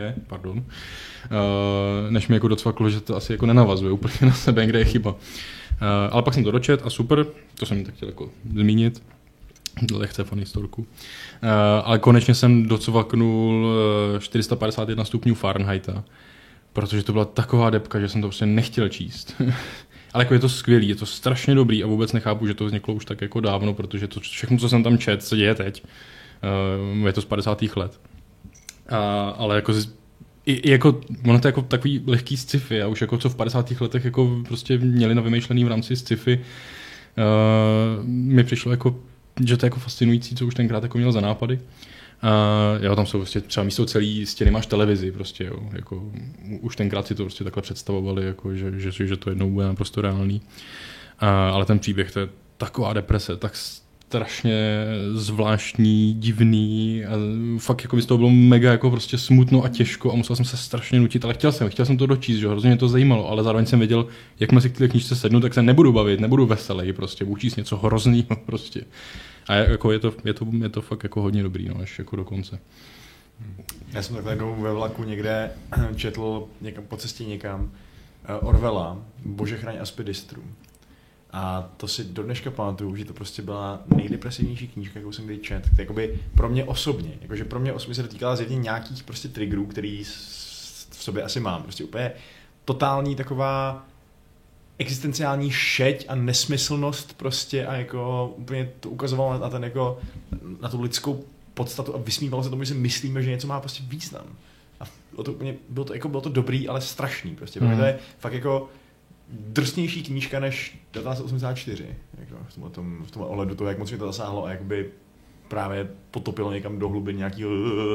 než mi jako docvaklo, že to asi jako nenavazuje úplně na sebe, kde je chyba. Ale pak jsem to dočet a super, to jsem tak chtěl jako zmínit, lehce funny storku. Ale konečně jsem docvaknul 451 stupňů Fahrenheita, protože to byla taková debka, že jsem to prostě nechtěl číst. Ale jako je to skvělý, je to strašně dobrý a vůbec nechápu, že to vzniklo už tak jako dávno, protože to všechno, co jsem tam četl, se děje teď. Je to z 50. let. Ale jako jako, ono to je jako takový lehký sci-fi a už jako co v 50. letech jako prostě měli na vymýšlený v rámci sci-fi, mi přišlo jako, že to je jako fascinující, co už tenkrát jako měl za nápady. Jo, tam jsou prostě třeba místo celý stěny máš televizi prostě, jo, jako už tenkrát si to prostě takhle představovali, jako, že to jednou bude naprosto reálný. Ale ten příběh, to je taková deprese, tak strašně zvláštní, divný a fakt jako by z toho bylo mega jako prostě smutno a těžko a musel jsem se strašně nutit, ale chtěl jsem to dočíst, že hrozně mě to zajímalo, ale zároveň jsem věděl, jakmile si k té knížce sednu, tak se nebudu bavit, nebudu veselý, prostě budu číst něco hroznýho prostě. A jako je to fakt jako hodně dobrý, no, až jako do konce. Já jsem takhle jednou ve vlaku někde četl někam, po cestě někam Orwella, Bože chraň Aspidistru. A to si do dneška pamatuju, že to prostě byla nejdepresivnější knížka, jakou jsem kdy četl. Jakoby pro mě osobně, jakože pro mě osobně se dotýkala zjevně nějakých prostě triggerů, který v sobě asi mám. Prostě úplně totální taková existenciální šeť a nesmyslnost prostě a jako úplně to ukazovalo na ten jako na tu lidskou podstatu a vysmívalo se tomu, že si myslíme, že něco má prostě význam. A bylo to dobrý, ale strašný prostě. Pro mě to je fakt jako drsnější knížka než 1984. Jako v tom ohledu toho, jak moc mě to zasáhlo a jakoby právě potopilo někam do hlubin nějakého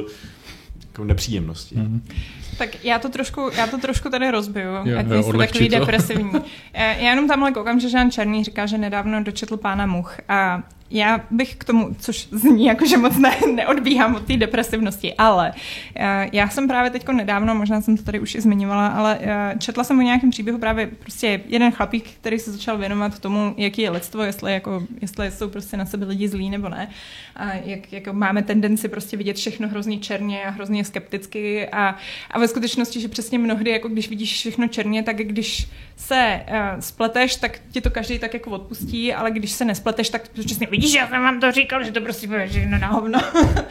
jako nepříjemnosti. Tak já to trošku tady rozbiju, ať nejste takový depresivní. Já jenom tamhle koukám, že Žán Černý říká, že nedávno dočetl Pána much a já bych k tomu, což zní jako, že moc neodbíhám od té depresivnosti, ale já jsem právě teďko nedávno, možná jsem to tady už i zmiňovala, ale četla jsem o nějakém příběhu právě prostě jeden chlapík, který se začal věnovat tomu, jaký je lidstvo, jestli jsou prostě na sebe lidi zlí nebo ne. A jak máme tendenci prostě vidět všechno hrozně černě a hrozně skepticky a ve skutečnosti, že přesně mnohdy, jako když vidíš všechno černě, tak když se spleteš, tak ti to každý tak jako odpustí, ale když se nespleteš, tak přesně vidíš, já jsem vám to říkal, že to prostě bude všechno na hovno.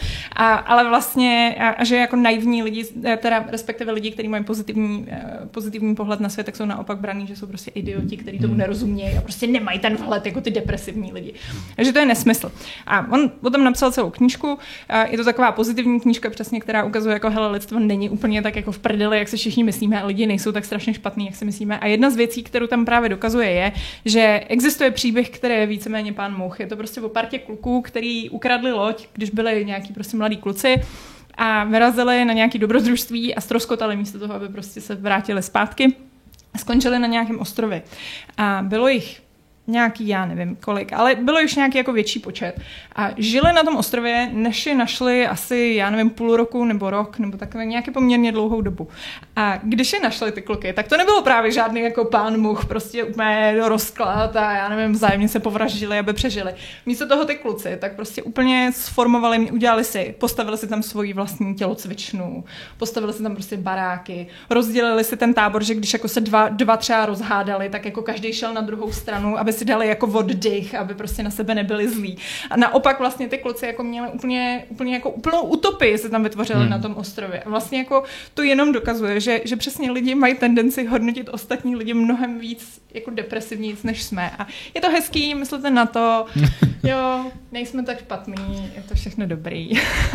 Ale vlastně, a že jako naivní lidi, teda respektive lidi, kteří mají pozitivní pohled na svět, tak jsou naopak braní, že jsou prostě idioti, kteří tomu nerozumějí a prostě nemají ten vhled jako ty depresivní lidi. Takže to je nesmysl. A on o tom napsal celou knížku. Je to taková pozitivní knížka přesně, která ukazuje, jako hele, lidstvo není úplně tak jako v prdeli, jak se všichni myslíme, a lidi nejsou tak strašně špatný, jak si myslíme. A jedna z věcí, kterou tam právě dokazuje, je, že existuje příběh, který je víceméně Pán much. Je to prostě o partě kluků, který ukradli loď, když byli nějaký prostě mladí kluci a vyrazili na nějaké dobrodružství a ztroskotali místo toho, aby prostě se vrátili zpátky. Skončili na nějakém ostrově. A bylo jich nějaký, já nevím kolik, ale bylo už nějaký jako větší počet. A žili na tom ostrově, než je našli asi, já nevím, půl roku nebo rok, nebo takové nějaké poměrně dlouhou dobu. A když je našli ty kluky, tak to nebylo právě žádný jako Pán much, prostě úplně rozklad a já nevím, vzájemně se povraždili, aby přežili. Místo toho ty kluci, tak prostě úplně sformovali, postavili si tam svoji vlastní tělocvičnu, postavili si tam prostě baráky, rozdělili si ten tábor, že když jako se dva třeba rozhádali, tak jako každý šel na druhou stranu, aby si dali jako oddych, aby prostě na sebe nebyli zlí. A naopak vlastně ty kluci jako měli úplně jako úplnou utopii se tam vytvořili na tom ostrově. A vlastně jako to jenom dokazuje, že přesně lidi mají tendenci hodnotit ostatní lidi mnohem víc jako depresivníc, než jsme. A je to hezký, myslíte na to, jo, nejsme tak špatný, je to všechno dobrý.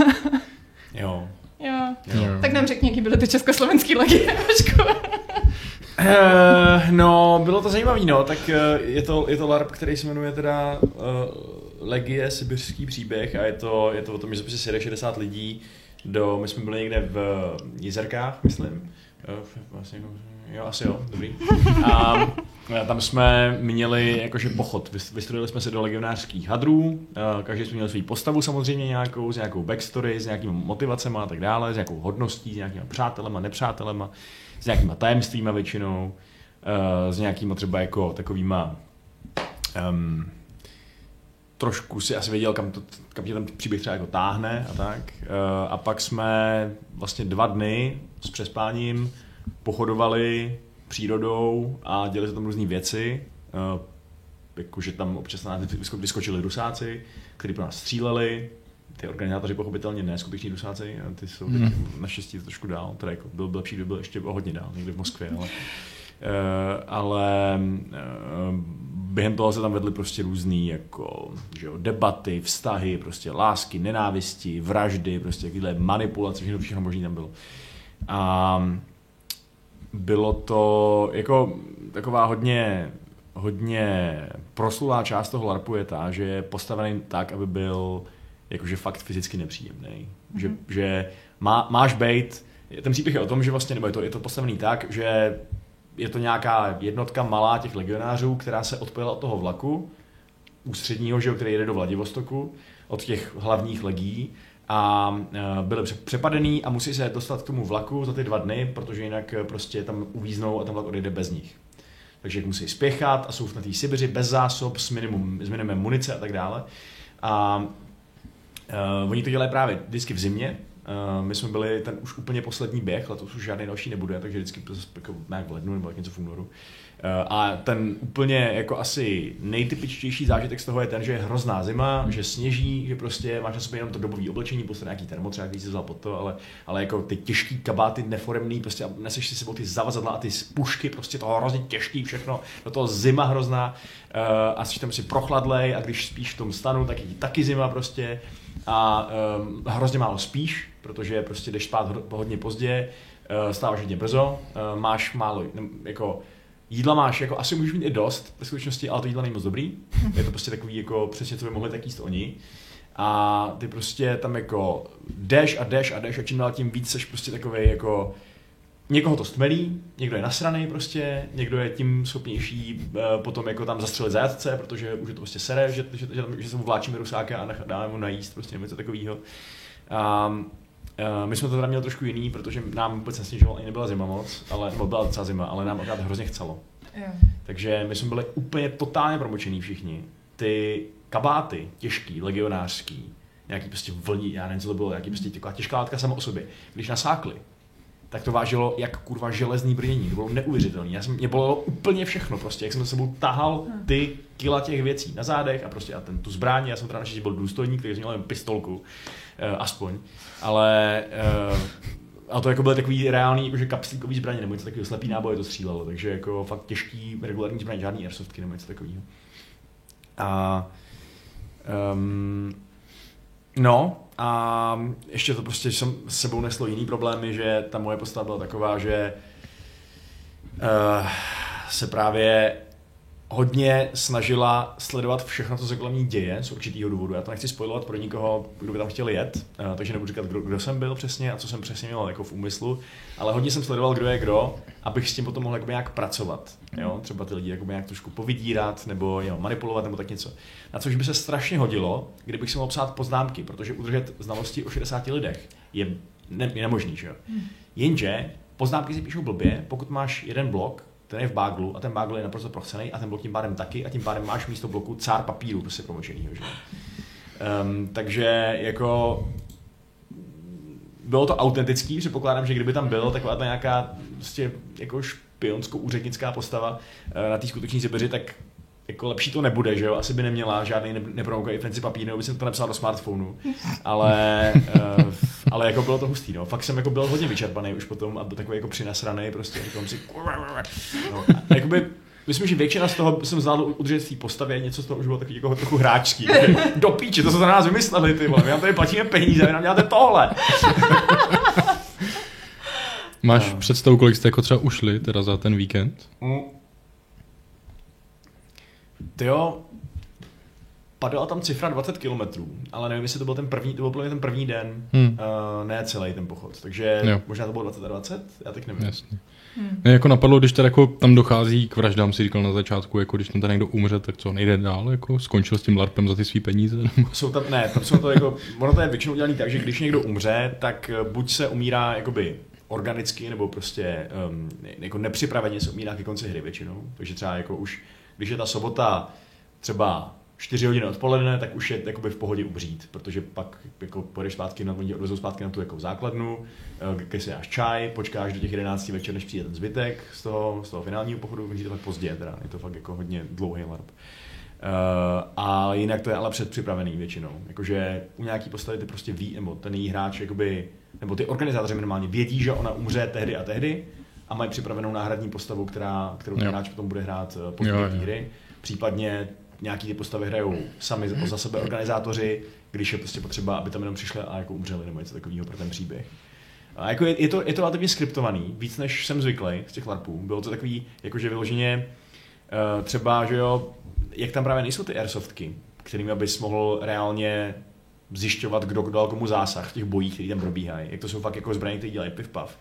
Jo. Tak nám řekni, jaký byly ty československý legie. No, bylo to zajímavý, no, tak je to LARP, který se jmenuje teda Legie, sibirský příběh a je to o tom, že se sjede 60 lidí my jsme byli někde v Jizerkách, myslím. Vlastně, jo, asi jo, dobrý. A tam jsme měli jakože pochod, vystrojili jsme se do legionářských hadrů, každý jsme měli svou postavu samozřejmě nějakou, s nějakou backstory, s nějakými motivacemi a tak dále, s nějakou hodností, s nějakými přátelema, nepřátelema, s nějakýma tajemstvíma většinou, s nějakýma třeba jako takovýma trošku si asi věděl, kam tě ten příběh třeba jako táhne a tak. A pak jsme vlastně 2 dny s přespáním pochodovali přírodou a dělali se tam různý věci. Jakože tam občas na nás vyskočili Rusáci, kteří pro nás stříleli. ty organizátoři pochopitelně ne, skuteční rusáci, ty jsou naštěstí trošku dál, teda jako byl lepší, kdyby byl ještě o hodně dál, někdy v Moskvě, ale během toho se tam vedly prostě různý jako, že jo, debaty, vztahy, prostě lásky, nenávisti, vraždy, prostě takovýhle manipulace, všechno možný tam bylo. A bylo to jako taková hodně proslulá část toho LARPu je ta, že je postavený tak, aby byl jakože fakt fyzicky nepříjemný. Že máš bejt, ten příběh je o tom, že vlastně, nebo je to postavený tak, že je to nějaká jednotka malá těch legionářů, která se odpojila od toho vlaku ústředního, že, který jede do Vladivostoku, od těch hlavních legií a byli přepadený a musí se dostat k tomu vlaku za ty 2 dny, protože jinak prostě tam uvíznou a ten vlak odejde bez nich. Takže musí spěchat a jsou na té Sibiři bez zásob, s minimem munice a tak dále. A oni to dělají právě vždycky v zimě. My jsme byli ten už úplně poslední běh, letos už žádný další nebude, takže vždycky jako nějak v lednu nebo něco v únoru. A ten úplně jako asi nejtypičtější zážitek z toho je ten, že je hrozná zima, že sněží, že prostě máš na sobě jenom to dobové oblečení, prostě nějaký termotřák, který si vzal pod to, ale jako ty těžký kabáty neforemný, prostě neseš si sebou ty zavazadla a ty pušky, prostě to hrozně těžký všechno, do toho zima hrozná a jsi tam si prochladlej a když spíš v tom stanu, tak je taky zima prostě a hrozně málo spíš, protože prostě jdeš spát hodně pozdě, stáváš hodně brzo, máš málo, jako jídla máš, jako asi můžeš mít i dost ve skutečnosti, ale to jídla není moc dobrý. Je to prostě takový, jako přesně co by mohli tak jíst oni. A ty prostě tam jako jdeš a čím dál tím víc seš prostě takovej jako někoho to stmelí, někdo je nasranej prostě, někdo je tím schopnější potom jako tam zastřelit zajatce, protože už je to prostě sere, že se mu vláčíme rusáka a dáme mu najíst prostě něco takového. My jsme to teda měli trošku jiný, protože nám vůbec nesněžilo, ani nebyla zima moc, nebo byla docela zima, ale nám opravdu hrozně chcelo. Yeah. Takže my jsme byli úplně totálně promočení všichni. Ty kabáty, těžký, legionářský, nějaký prostě vlní, já nevím, co to bylo, nějaký prostě těžká látka sama o sobě. Když nasákli, tak to vážilo jak kurva železný brnění, to bylo neuvěřitelné. Mě bolelo úplně všechno prostě, jak jsem za sebou tahal ty kila těch věcí na zádech a prostě a tu zbraň, já jsem teda naštěstí byl důstojník, takže jsem měl jen pistolku, aspoň, ale a to jako byly takový reálný jakože kapslíkový zbraně, nebo něco takového, slepý náboje to střílelo, takže jako fakt těžký regulární zbraně, žádný airsoftky nebo něco takového. A no a ještě to prostě jsem s sebou neslo jiný problémy, že ta moje postava byla taková, že se právě hodně snažila sledovat všechno, co se kolem ní děje z určitýho důvodu. Já to nechci spoilovat pro nikoho, kdo by tam chtěl jet, takže nebudu říkat, kdo jsem byl přesně a co jsem přesně měl jako v úmyslu, ale hodně jsem sledoval, kdo je kdo, abych s tím potom mohl nějak pracovat. Jo? Třeba ty lidi nějak trošku povydírat nebo manipulovat nebo tak něco. Na což by se strašně hodilo, kdybych si mohl psát poznámky, protože udržet znalosti o 60 lidech je nemožný. Že jo? Jenže poznámky si píšou blbě, pokud máš jeden blok, ten je v baglu a ten bagl je naprosto prochcený a ten blok tím pádem taky a tím pádem máš místo bloku cár papíru prostě promočenýho, že? Takže jako bylo to autentický, předpokládám, že kdyby tam byl taková ta nějaká prostě jako špionsko-úřednická postava na té skuteční Sibiři, tak jako lepší to nebude, že jo? Asi by neměla žádný nepromoukají fancy papír, nebo by jsem to napsal do smartphonu, ale jako bylo to hustý, no. Fakt jsem jako byl hodně vyčerpaný už potom a byl takový jako přinasranej, prostě říkám si no. A jakoby myslím, že většina z toho jsem zvládl udržet v té postavě, něco z toho už bylo takový jako trochu hráčský. Do píče, to se za nás vymysleli, ty vole, my nám tady platíme peníze, vy nám děláte tohle. Máš představu, kolik jste jako třeba ušli teda za ten víkend? Tyjo, padala tam cifra 20 kilometrů, ale nevím, jestli to byl ten první den, ne celý ten pochod, takže možná to bylo 20 a 20, já tak nevím. Jasně. Ne, jako napadlo, když teda jako tam dochází k vraždám, si říkal na začátku, jako když tam tady někdo umře, tak co, nejde dál, jako skončil s tím LARPem za ty svý peníze? Jsou to jako, ono to je většinou udělaný tak, že když někdo umře, tak buď se umírá jakoby organicky, nebo prostě jako nepřipraveně se umírá ke konci hry většinou, takže třeba jako už, když je ta sobota třeba 4 hodiny odpoledne, tak už je jakoby v pohodě umřít, protože pak jako pojedeš zpátky, oni odvezou zpátky na tu jako základnu, kde si dáš čaj, počkáš do těch 11 večer, než přijde ten zbytek z toho finálního pochodu, končí to fakt pozdě, teda je to fakt jako hodně dlouhý LARP. A jinak to je ale předpřipravený většinou. Jakože u nějaký postavy ty prostě ví, nebo ten její hráč, jakoby, nebo ty organizátoři minimálně vědí, že ona umře tehdy a tehdy a mají připravenou náhradní postavu, kterou ten hráč potom bude hrát po zbytek hry. Případně nějaký ty postavy hrajou sami za sebe organizátoři, když je prostě potřeba, aby tam jenom přišli a jako umřeli nebo něco takového pro ten příběh. A jako je to relativně skriptovaný, víc než jsem zvyklý z těch LARPů. Bylo to takový, jakože vyloženě třeba, že jo, jak tam právě nejsou ty airsoftky, kterými bys mohl reálně zjišťovat, kdo dal komu zásah v těch bojích, který tam probíhají. Jak to jsou fakt jako zbraně, které dělají piv-pav,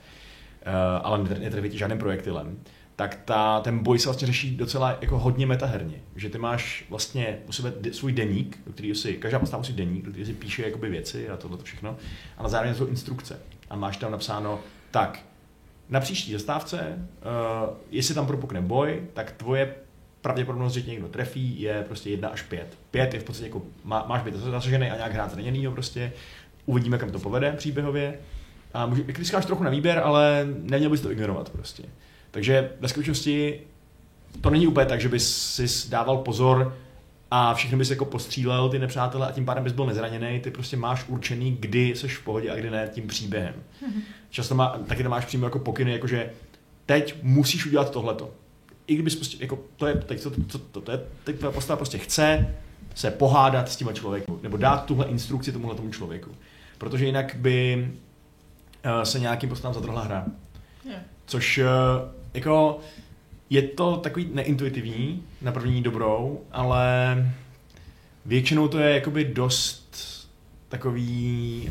ale netrefí ti žádným projektilem. Tak ten boj se vlastně řeší docela jako hodně metaherně. Že ty máš vlastně u sebe svůj deník, do kterého si, každá postava musí deník, do kterého si píše jakoby věci a tohle všechno. A na zároveň jsou instrukce. A máš tam napsáno, tak, na příští zastávce, jestli tam propukne boj, tak tvoje pravděpodobnost, že tě někdo trefí, je prostě 1 až 5. 5 je v podstatě jako, máš být zasažený a nějak hrát zraněnýho prostě. Uvidíme, kam to povede příběhově. A když říkáš trochu na výběr, ale neměl bys to ignorovat prostě. Takže ve skutečnosti to není úplně tak, že bys si dával pozor a všechny bys jako postřílel ty nepřátele a tím pádem bys byl nezraněný. Ty prostě máš určený, kdy seš v pohodě a kdy ne tím příběhem. Často taky tam máš přímo jako pokyny, jakože teď musíš udělat tohleto. I kdybys prostě, jako to je, teď tvoje postava prostě chce se pohádat s tímhle člověkem, nebo dát tuhle instrukci tomu člověku. Protože jinak by se nějakým postavám zadrhla hra. Což jako je to takový neintuitivní na první dobrou, ale většinou to je jakoby dost takový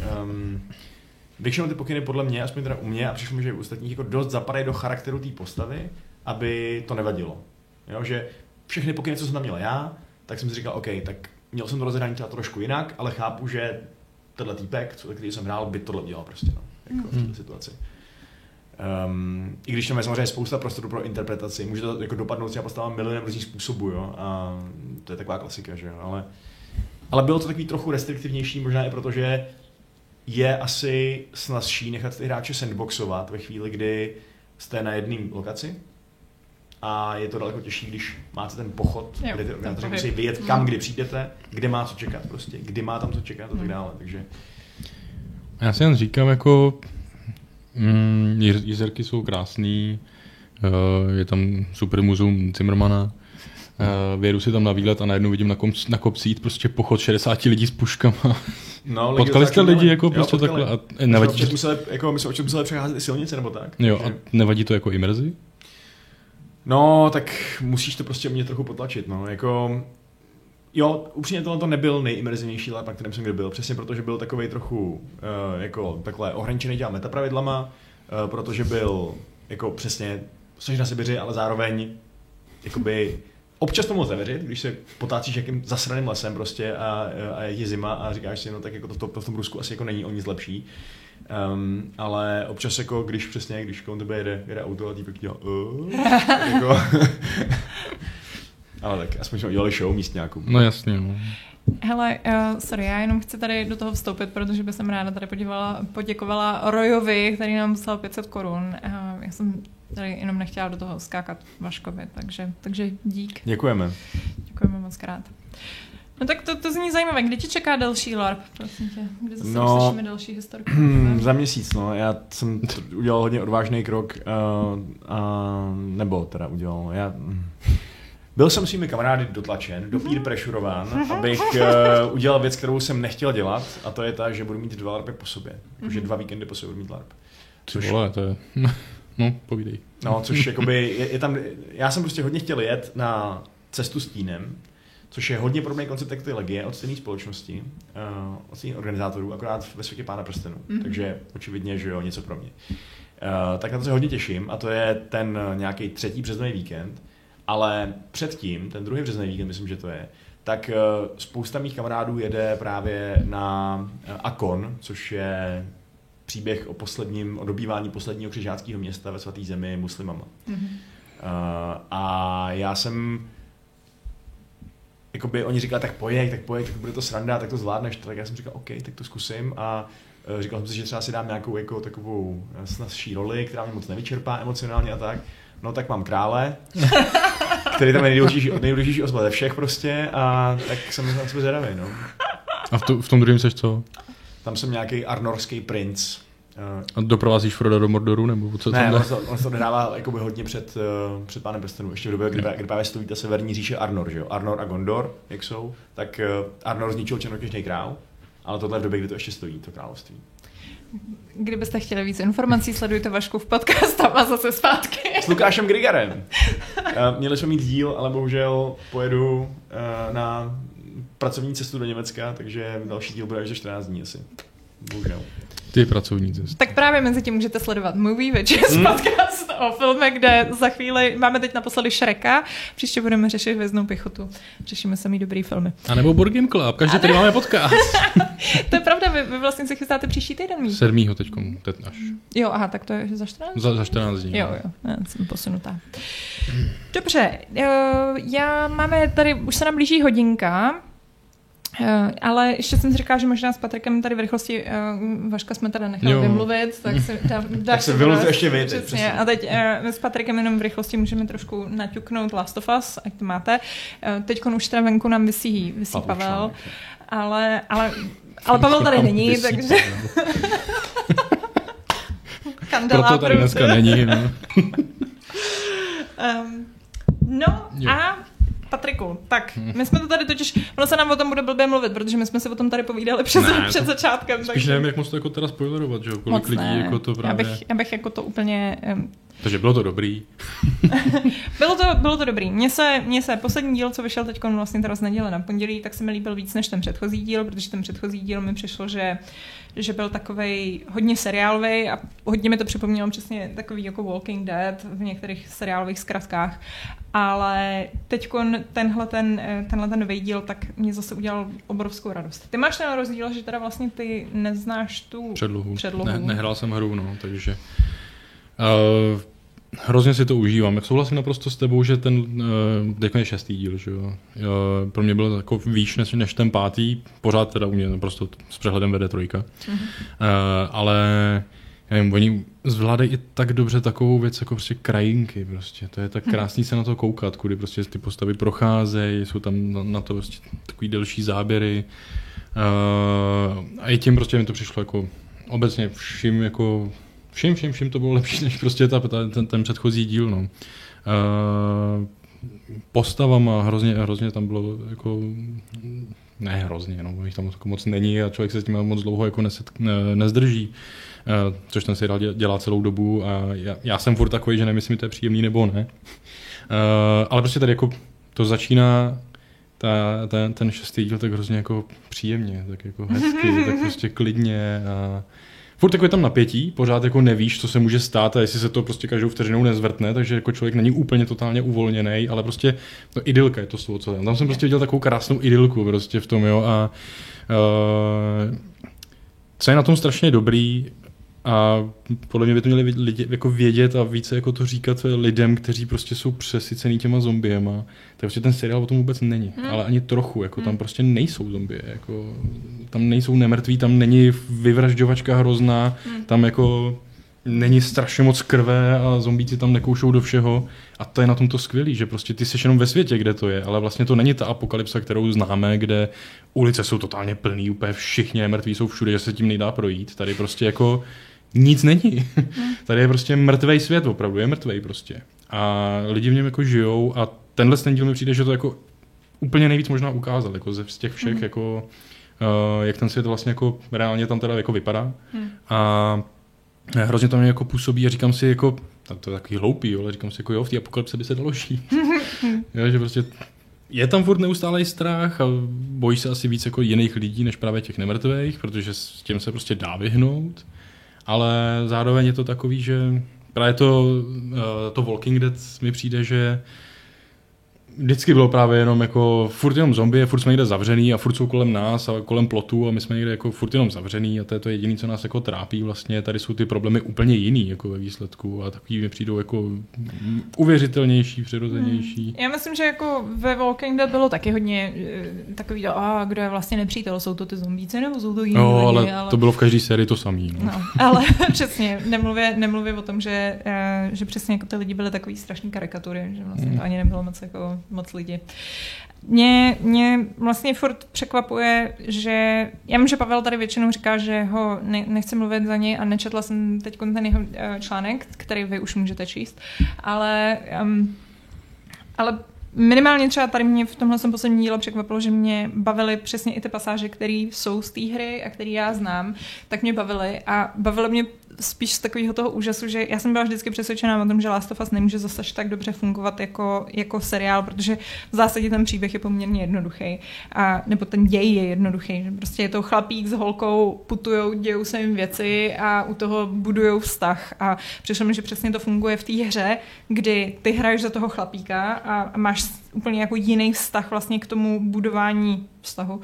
většinou ty pokyny podle mě, aspoň teda u mě a přišlo mi, že u ostatních jako dost zapadají do charakteru té postavy, aby to nevadilo. Jo, že všechny pokyny, co jsem tam měl já, tak jsem si říkal, OK, tak měl jsem to rozhraní třeba trošku jinak, ale chápu, že tenhle týpek, který jsem hrál, by tohle dělal prostě, no, jako v této situaci. I když tam je samozřejmě spousta prostoru pro interpretaci, může to jako dopadnout třeba postava milionem různých způsobů, jo, a to je taková klasika, že jo, ale bylo to takový trochu restriktivnější, možná i proto, že je asi snazší nechat ty hráče sandboxovat ve chvíli, kdy jste na jedné lokaci a je to daleko těžší, když máte ten pochod, kde ty organizátoři musí vědět, kam kdy přijdete, kde má co čekat prostě, kdy má tam co čekat a tak dále, takže... Já si jen říkám, jako jizerky jsou krásný, je tam super muzeum Zimmermana, vědu si tam na výlet a najednou vidím na kopci jít prostě pochod 60 lidí s puškama. No, potkali jste lidi jako prostě takhle a nevadí to? My jsme občas museli přecházet i silnice nebo tak. Jo, takže... a nevadí to jako imerzi? No, tak musíš to prostě mě trochu potlačit, no, jako... Jo, upřímně tohle to nebyl nejimerzivnější LARP, na kterém jsem kdy byl, přesně protože byl takovej trochu jako takhle ohraničený těma metapravidlama, protože byl jako přesně, jsi na Sibiři, ale zároveň jakoby občas to moc nevěřit, když se potácíš jakým zasraným lesem prostě a je zima a říkáš si, no tak jako to v tom Rusku asi jako není o nic lepší. Ale občas jako když kolem tebe jede auto a týpek dělá jako, ale tak aspoň jsme udělali show místňákům. No jasně. No. Hele, sorry, já jenom chci tady do toho vstoupit, protože bych ráda tady poděkovala Rojovi, který nám poslal 500 korun. Já jsem tady jenom nechtěla do toho skákat Vaškovi, takže dík. Děkujeme. Děkujeme moc krát. No tak to zní zajímavé. Kdy ti čeká další LARP, prosím tě? Kdy zase uslyšíme další historku? Za měsíc, no. Já jsem udělal hodně odvážný krok, nebo teda udělal, byl jsem svými kamarády dotlačen, do peer pressurován, abych udělal věc, kterou jsem nechtěl dělat, a to je ta, že budu mít 2 LARPy po sobě. Takže 2 víkendy po sobě budu mít LARP. Vole, to je... No, povídej. No, což jakoby, je tam, já jsem prostě hodně chtěl jet na cestu s Tínem, což je hodně podobný koncept jako ty Legie od stejné společnosti, od stejných organizátorů, akorát ve světě Pána prstenů. Takže očividně, že jo, něco pro mě. Tak na to se hodně těším a to je ten nějaký 3. březnový víkend, ale předtím, ten 2. březnový víkend, myslím, že to je, tak spousta mých kamarádů jede právě na Akon, což je příběh o dobývání posledního křižáckého města ve svatý zemi muslimama. A já jsem jakoby oni říkali, tak pojď, tak bude to sranda, tak to zvládneš, tak já jsem říkal, OK, tak to zkusím a říkal jsem si, že třeba si dám nějakou jako takovou snazší roli, která mě moc nevyčerpá emocionálně a tak. No tak mám krále. který tam je nejdůležitější osoba ze všech prostě a tak jsem na sebe zvědavý, no. A v tom druhém seš co? Tam jsem nějaký arnorský princ. A doprovázíš Froda do Mordoru, nebo co tam jde? Ne, on se odehrává hodně před Pánem prstenů. Ještě v době, kdy právě stojí ta severní říše Arnor, že jo? Arnor a Gondor, jak jsou, tak Arnor zničil Černokněžnej král, ale tohle je v době, kdy to ještě stojí, to království. Kdybyste chtěli víc informací, sledujte Vaškův podcast a zase zpátky. S Lukášem Grigarem. Měli jsme mít díl, ale bohužel pojedu na pracovní cestu do Německa, takže další díl bude až za 14 dní asi. Bohužel. Ty pracovní cesty. Tak právě mezi tím můžete sledovat Movie Witches podcast o filmech, kde za chvíli máme teď naposledy Shreka, příště budeme řešit Hvězdnou pěchotu. Řešíme samý dobrý filmy. A nebo Board Game Club, každý tady máme podcast. To je pravda, vy vlastně se chystáte příští týden mít. 7. teď až. Jo, aha, tak to je za 14? Za 14 dní. Jo, já jsem posunutá. Dobře, máme tady, už se nám blíží hodinka, ale ještě jsem si říkala, že možná s Patrikem tady v rychlosti Vaška jsme tady nechali vymluvit, tak se tak se vylůz ještě vy. Přesně. A teď s Patrikem jenom v rychlosti můžeme trošku naťuknout Last of Us, ať to máte. Teď už teda venku nám visí Pavel, ale Pavel tady není, takže... Proto tady dneska není. No a Patriku, tak my jsme to tady totiž, ono se nám o tom bude blbě mluvit, protože my jsme se o tom tady povídali před začátkem. Spíš nevím, jak moc to jako teda spoilerovat, že jo, kolik lidí jako to právě... Já bych jako to úplně... Takže bylo to dobrý. bylo to dobrý. Mně se poslední díl, co vyšel teď vlastně teda z neděle na pondělí, tak se mi líbil víc než ten předchozí díl, protože ten předchozí díl mi přišlo, že byl takovej hodně seriálový a hodně mi to připomnělo přesně takový jako Walking Dead v některých seriálových zkratkách. Ale teď tenhle nový díl, tak mě zase udělal obrovskou radost. Ty máš ten rozdíl, že teda vlastně ty neznáš tu předlohu. Nehrál jsem hru, no, takže... hrozně si to užívám. Jak souhlasím naprosto s tebou, že ten je 6. díl, že jo. Pro mě byl jako výš než ten 5. Pořád teda u mě naprosto s přehledem vede 3. Ale nevím, oni zvládají i tak dobře takovou věc jako prostě krajinky prostě. To je tak krásný se na to koukat, kudy prostě ty postavy procházejí, jsou tam na to prostě takový delší záběry. A i tím prostě mi to přišlo jako obecně všim to bylo lepší než prostě ten předchozí díl, no. Postavama hrozně tam bylo jako, ne hrozně, no, jich tam jako moc není a člověk se s tím moc dlouho jako nezdrží, což ten seriál dělá celou dobu a já jsem furt takový, že nevím, jestli mi to je příjemný nebo ne. Ale prostě tady jako to začíná ten 6. díl tak hrozně jako příjemně, tak jako hezky, tak prostě klidně a furt jako je tam napětí, pořád jako nevíš, co se může stát a jestli se to prostě každou vteřinou nezvrtne, takže jako člověk není úplně totálně uvolněný, ale prostě to idylka je to slovo, co tam jsem prostě viděl takovou krásnou idylku prostě v tom, jo, a co je na tom strašně dobrý a podle mě by to měli lidi jako vědět a více jako to říkat lidem, kteří prostě jsou přesycený těma zombiema, tak prostě ten seriál o tom vůbec není, ale ani trochu, jako tam prostě nejsou zombie, jako tam nejsou nemrtví, tam není vyvražďovačka hrozná, tam jako není strašně moc krve a zombíci tam nekoušou do všeho a to je na tom to skvělý, že prostě ty jsi jenom ve světě, kde to je, ale vlastně to není ta apokalypsa, kterou známe, kde ulice jsou totálně plný, úplně všichni nemrtví jsou všude, že se tím nejdá projít, tady prostě jako nic není. Tady je prostě mrtvej svět, opravdu je mrtvej prostě. A lidi v něm jako žijou a tenhle ten díl mi přijde, že to jako úplně nejvíc možná ukázal, jako z těch všech, jako jak ten svět vlastně jako reálně tam teda jako vypadá. A hrozně to mě jako působí a říkám si jako, to je takový hloupý, ale říkám si jako jo, v té apokalypse by se dalo žít. Jo, že prostě je tam furt neustálej strach a bojíš se asi víc jako jiných lidí, než právě těch nemrtvých, protože s tím se prostě dá vyhnout. Ale zároveň je to takový, že právě to Walking Dead mi přijde, že vždycky bylo právě jenom jako furt jenom zombie, furt jsme někde zavřený a furt jsou kolem nás a kolem plotu a my jsme někde jako furt jenom zavřený a to je to jediné, co nás jako trápí vlastně. Tady jsou ty problémy úplně jiný jako ve výsledku a takový mi přijdou jako uvěřitelnější, přirozenější. Já myslím, že jako ve Walking Dead bylo taky hodně takový, kdo je vlastně nepřítel, jsou to ty zombíci nebo jsou to jiní lidi, ale to bylo v každé sérii to samý. No. No, ale přesně, nemluvě o tom, že přesně jako ty lidi byly takový strašný karikatury, že vlastně to ani nebylo moc lidi. Mě vlastně furt překvapuje, že já vím, že Pavel tady většinou říká, že ho nechci mluvit za něj a nečetla jsem teď ten jeho článek, který vy už můžete číst, ale minimálně třeba tady mě v tomhle posledním díle překvapilo, že mě bavily přesně i ty pasáže, které jsou z té hry a které já znám, tak mě bavily a bavily mě spíš z takového toho úžasu, že já jsem byla vždycky přesvědčená o tom, že Last of Us nemůže zase tak dobře fungovat jako seriál, protože v zásadě ten příběh je poměrně jednoduchý, nebo ten děj je jednoduchý, že prostě je to chlapík s holkou, putujou, dějou se jim věci a u toho budujou vztah a přišlo mi, že přesně to funguje v té hře, kdy ty hraješ za toho chlapíka a máš úplně jako jiný vztah vlastně k tomu budování vztahu.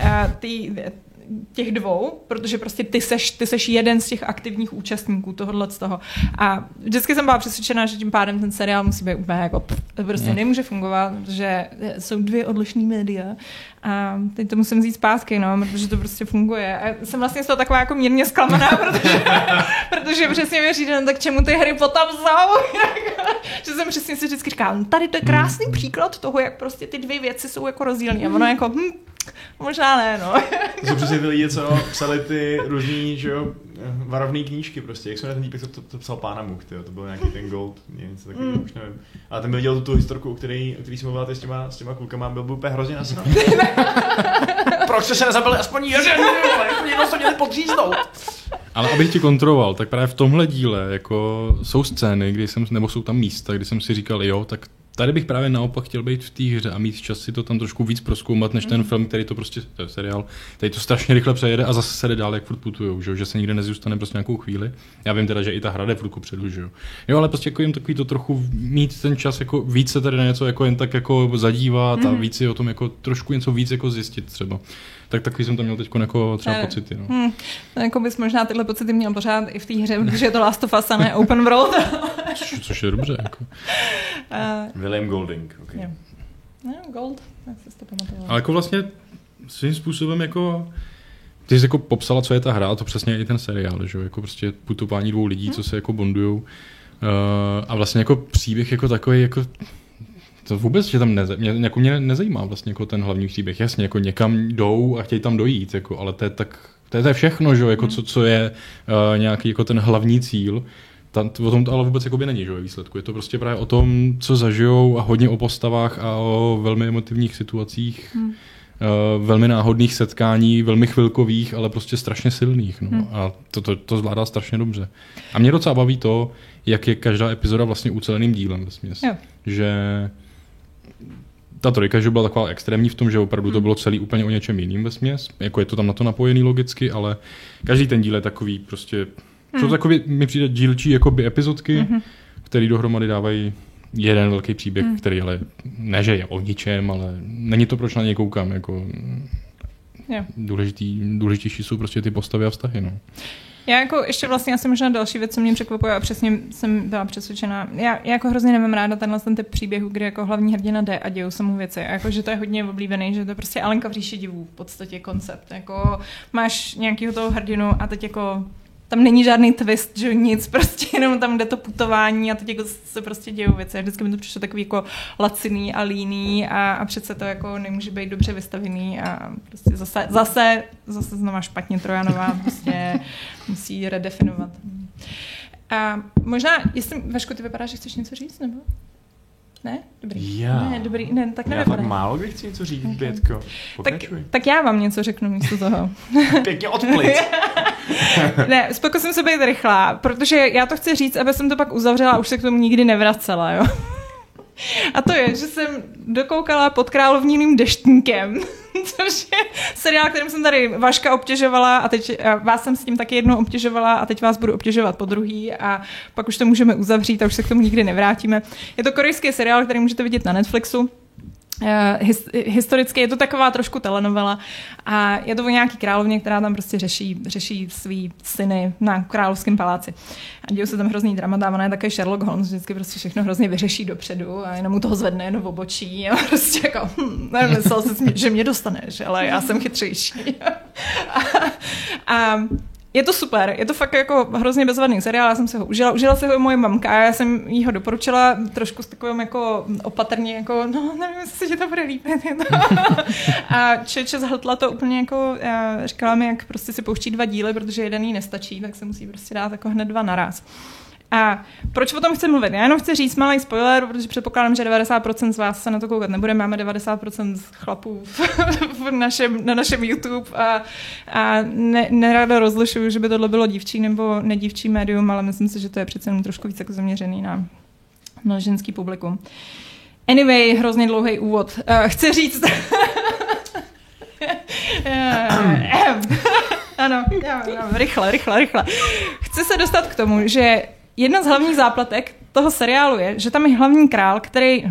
Těch dvou, protože prostě ty seš jeden z těch aktivních účastníků tohohle z toho. A vždycky jsem byla přesvědčená, že tím pádem ten seriál musí být úplně jako to prostě nemůže fungovat, protože jsou dvě odlišný média a teď to musím vzít zpátky, no, protože to prostě funguje. A jsem vlastně z toho taková jako mírně zklamaná, protože přesně mi přijde, tak čemu ty hry potom jsou? Že jsem přesně si vždycky říkala, tady to je krásný příklad toho, jak prostě ty dvě věci jsou jako rozdílný. A ono jako, možná ne, no. To jsou přesně ty lidi, co psali ty různý, že jo, varovný knížky prostě. Jak se ten týpek, to psal Pána Much, to byl nějaký ten Gold, něco takového, už nevím. Ale ten byl dělal tu historku, o který jsem mluvila s těma klukama, byl úplně hrozně nasraný. Proč se nezabili aspoň jeden, jedno se měli podříznout. Ale abych ti kontroloval, tak právě v tomhle díle jako jsou scény, nebo jsou tam místa, kdy jsem si říkal, jo, tak tady bych právě naopak chtěl být v té hře a mít čas si to tam trošku víc prozkoumat, než ten film, který to prostě, to je seriál, tady to strašně rychle přejede a zase se jde dál, jak furt putujou, že se nikde nezůstane prostě nějakou chvíli. Já vím teda, že i ta hra jde furt kupředu, že jo. Jo, ale prostě jako jim takový to trochu mít ten čas, jako víc se tady na něco jako jen tak jako zadívat a víc si o tom jako trošku něco víc jako zjistit třeba. Tak takový jsem tam měl teď jako třeba pocity. No. No, jako bys možná tyhle pocity měl pořád i v té hře, protože je to Last of Us a ne Open World. Což je dobře. Jako. William Golding. Okay. Yeah. No, Gold, jak jsi to pamatoval. Ale jako vlastně svým způsobem jako ty jsi jako popsala, co je ta hra, a to přesně je i ten seriál, že? Jako prostě putování dvou lidí, co se jako bondujou. A vlastně jako příběh jako takový jako to vůbec, že tam mě nezajímá vlastně jako ten hlavní příběh. Jasně, jako někam jdou a chtějí tam dojít, jako, ale to je všechno, že? Jako co je nějaký jako ten hlavní cíl. O tom to ale vůbec jakoby není, že ve výsledku. Je to prostě právě o tom, co zažijou a hodně o postavách a o velmi emotivních situacích, velmi náhodných setkání, velmi chvilkových, ale prostě strašně silných. No. A to zvládá strašně dobře. A mě docela baví to, jak je každá epizoda vlastně uceleným dílem vesměs. Že ta trojka, že byla taková extrémní v tom, že opravdu to bylo celý úplně o něčem jiným vesměs. Jako je to tam na to napojený logicky, ale každý ten díl je takový prostě jsou to takový, mi přijde dílčí jakoby epizodky, které dohromady dávají jeden velký příběh, který ale ne, že je o ničem, ale není to, proč na něj koukám. Jako důležitější jsou prostě ty postavy a vztahy. No. Já jako ještě vlastně asi možná další věc, co mě překvapuje a přesně jsem byla přesvědčená. Já jako hrozně nemám ráda ten typ příběhu, kdy jako hlavní hrdina jde a dějou se mu věci. A jako, že to je hodně oblíbený, že to je prostě Alenka v říši divů v podstatě koncept. Jako máš nějakého toho hrdinu a teď jako tam není žádný twist, že nic, prostě jenom tam jde to putování a teď jako se prostě dějou věci. Vždycky mi to přišlo takový jako laciný a líný a přece to jako nemůže být dobře vystavený a prostě zase znova špatně Trojanová prostě musí redefinovat. A možná, jestli Vašku, ty vypadá, že chceš něco říct, nebo? Ne? Dobrý. Ne, dobrý. Ne, tak nevypadá. Já fakt málo kdy chci něco říct, Pětko. Tak já vám něco řeknu místo toho. Pěkně odplic. Ne, pokusím se být rychlá, protože já to chci říct, aby jsem to pak uzavřela a už se k tomu nikdy nevracela, jo. A to je, že jsem dokoukala Pod královným deštníkem, což je seriál, kterým jsem tady Vaška obtěžovala a teď vás jsem s tím taky jednou obtěžovala a teď vás budu obtěžovat po druhý a pak už to můžeme uzavřít a už se k tomu nikdy nevrátíme. Je to korejský seriál, který můžete vidět na Netflixu. historicky je to taková trošku telenovela a je to o nějaký královně, která tam prostě řeší svý syny na královském paláci. A dějou se tam hrozný dramata, ona je takový Sherlock Holmes, vždycky prostě všechno hrozně vyřeší dopředu a jenom mu toho zvedne jenom v obočí a prostě jako, nemyslel jsi, že mě dostaneš, ale já jsem chytřejší. A je to super, je to fakt jako hrozně bezvadný seriál, já jsem se ho užila se ho i moje mamka, já jsem jí ho doporučila trošku s takovým jako opatrně, jako no nevím, jestli že to bude líbit. A Čeče zhltla to úplně jako, říkala mi, jak prostě si pouští 2 díly, protože jeden jí nestačí, tak se musí prostě dát jako hned 2 naraz. A proč o tom chci mluvit? Já jenom chci říct malý spoiler, protože předpokládám, že 90% z vás se na to koukat nebude. Máme 90% chlapů na našem YouTube a nerada rozlišuju, že by tohle bylo dívčí nebo nedívčí médium, ale myslím si, že to je přece jenom trošku víc jako zaměřený na ženský publikum. Anyway, hrozně dlouhý úvod. Chci říct... Ano, rychle. Chci se dostat k tomu, že jedna z hlavních záplatek toho seriálu je, že tam je hlavní král, který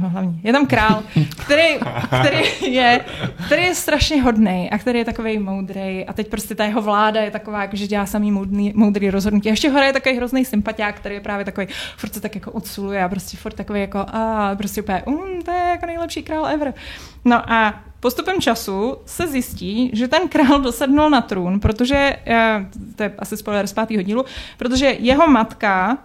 je strašně hodnej a který je takovej moudrej a teď prostě ta jeho vláda je taková, jako, že dělá samý moudrý rozhodnutí. A ještě hore je takový hrozný sympatiák, který je právě takový, furt se tak jako odsuluje a prostě furt takový jako prostě úplně, to je jako nejlepší král ever. No a postupem času se zjistí, že ten král dosednul na trůn, protože, to je asi spoiler z 5. dílu, protože jeho matka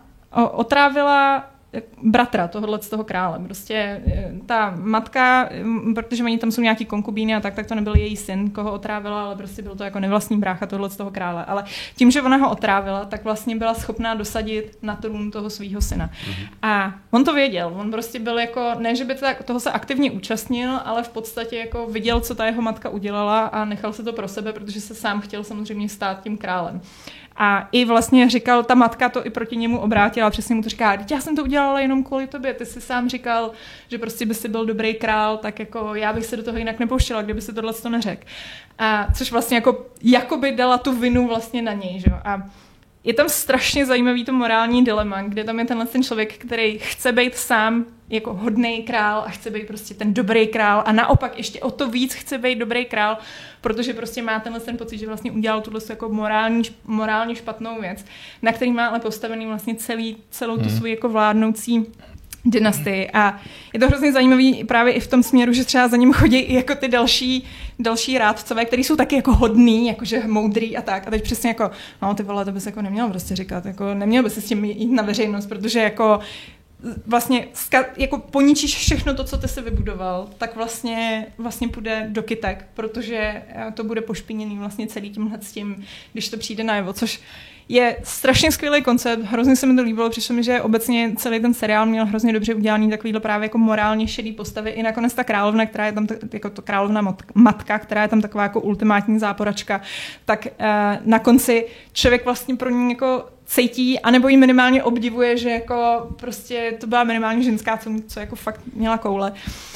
otrávila bratra tohohle z toho krále. Prostě ta matka, protože oni tam jsou nějaký konkubíny a tak to nebyl její syn, koho otrávila, ale prostě byl to jako nevlastní brácha tohohle z toho krále. Ale tím, že ona ho otrávila, tak vlastně byla schopná dosadit na trůn toho svého syna. A on to věděl. On prostě byl jako, ne, že by toho se aktivně účastnil, ale v podstatě jako viděl, co ta jeho matka udělala a nechal se to pro sebe, protože se sám chtěl samozřejmě stát tím králem. A i vlastně říkal, ta matka to i proti němu obrátila, přesně mu to říká, já jsem to udělala jenom kvůli tobě, ty jsi sám říkal, že prostě by si byl dobrý král, tak jako já bych se do toho jinak nepouštěla, kdyby si tohle to neřekl. A což vlastně jako by dala tu vinu vlastně na něj, že? A je tam strašně zajímavý to morální dilema, kde tam je ten člověk, který chce být sám jako hodnej král a chce být prostě ten dobrý král a naopak ještě o to víc chce být dobrý král, protože prostě má ten pocit, že vlastně udělal tuhle jako morálně špatnou věc, na který má ale postavený vlastně celou tu svou jako vládnoucí dynastii. A je to hrozně zajímavý právě i v tom směru, že třeba za ním chodí i jako ty další rádcové, který jsou taky jako hodný, jakože moudrý a tak. A teď přesně jako, no ty vole, to bys jako neměl prostě říkat, jako neměl bys se s tím jít na veřejnost, protože jako vlastně jako poničíš všechno to, co ty si vybudoval, tak vlastně půjde do kytek, protože to bude pošpiněný vlastně celý tímhle s tím, když to přijde najevo, což je strašně skvělý koncept, hrozně se mi to líbilo, přišlo mi, že obecně celý ten seriál měl hrozně dobře udělaný takovýhle právě jako morálně šedý postavy. I nakonec ta královna, která je tam jako to královna matka, která je tam taková jako ultimátní záporačka, tak na konci člověk vlastně pro ní jako cítí, anebo jí minimálně obdivuje, že jako prostě to byla minimálně ženská, co jako fakt měla koule.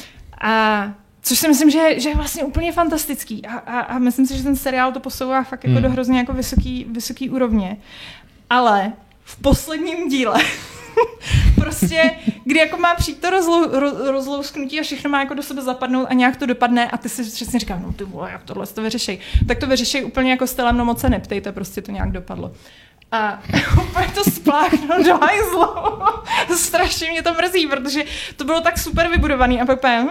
A což si myslím, že je vlastně úplně fantastický. A myslím si, že ten seriál to posouvá fakt jako do hrozně jako vysoký úrovně. Ale v posledním díle prostě, kdy jako má přijít to rozlousknutí a všechno má jako do sebe zapadnout a nějak to dopadne a ty si přesně říkáš, no ty vole, jak tohle to vyřešej. Tak to vyřešej úplně jako stylem, no moc se neptejte, prostě to nějak dopadlo. A úplně to spláchnu do hajzlu. Strašně mě to mrzí, protože to bylo tak super vybudovaný a pak úplně...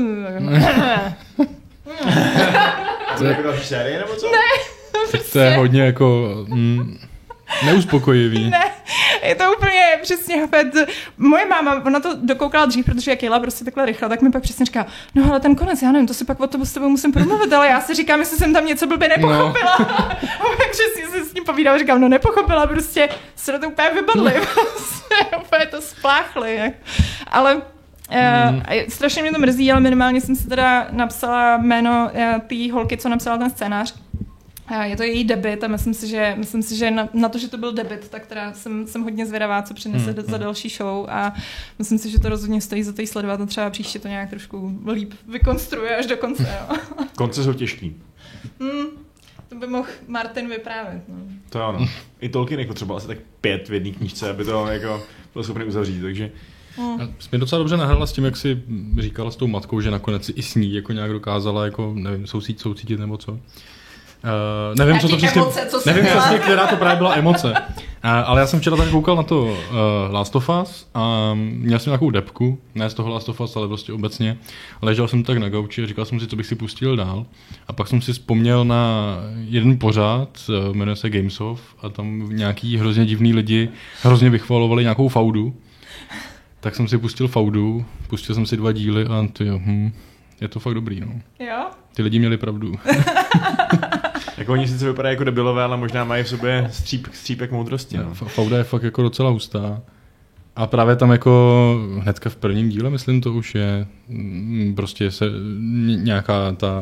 To je jako další série, nebo co? Ne, to je hodně jako... neuspokojivý. Ne, je to úplně přesně opět. Moje máma, ona to dokoukala dřív, protože jak jela prostě takhle rychle, tak mi pak přesně říká, no ale ten konec, já nevím, to si pak o tom s tebou musím promluvit, ale já si říkám, jestli jsem tam něco blbě nepochopila. Takže si s ním povídala, říkám, no nepochopila, prostě se do to úplně vybadli, úplně to spláchli. Ale strašně mě to mrzí, ale minimálně jsem si teda napsala jméno té holky, co napsala ten scénář. Je to její debut a myslím si, že na to, že to byl debut, tak teda jsem hodně zvědavá, co přinese za další show a myslím si, že to rozhodně stojí za to jí sledovat a třeba příště to nějak trošku líp vykonstruuje až do konce. Jo. Konce jsou těžký. To by mohl Martin vyprávět. No. To ano. I Tolkien jako třeba asi tak 5 v jedné knížce, aby to jako bylo schopný uzavřít, takže... Jsi mi docela dobře nahrala s tím, jak jsi říkala s tou matkou, že nakonec si i s ní jako nějak dokázala, jako nevím, soucítit nebo co. Nevím, co to přesně, nevím přesně, která to právě byla emoce. Ale já jsem včera tak koukal na to Last of Us a měl jsem nějakou depku, ne z toho Last of Us, ale prostě obecně. Ležel jsem tak na gauči a říkal jsem si, co bych si pustil dál. A pak jsem si vzpomněl na jeden pořád, jmenuje se Games of, a tam nějaký hrozně divný lidi hrozně vychvalovali nějakou faudu. Tak jsem si pustil faudu, pustil jsem si 2 díly a je to fakt dobrý, no. Jo? Ty lidi měli pravdu. Jako oni sice vypadají jako debilové, ale možná mají v sobě střípek moudrosti. No. Fauda je fakt jako docela hustá. A právě tam jako hnedka v prvním díle, myslím, to už je prostě se nějaká ta...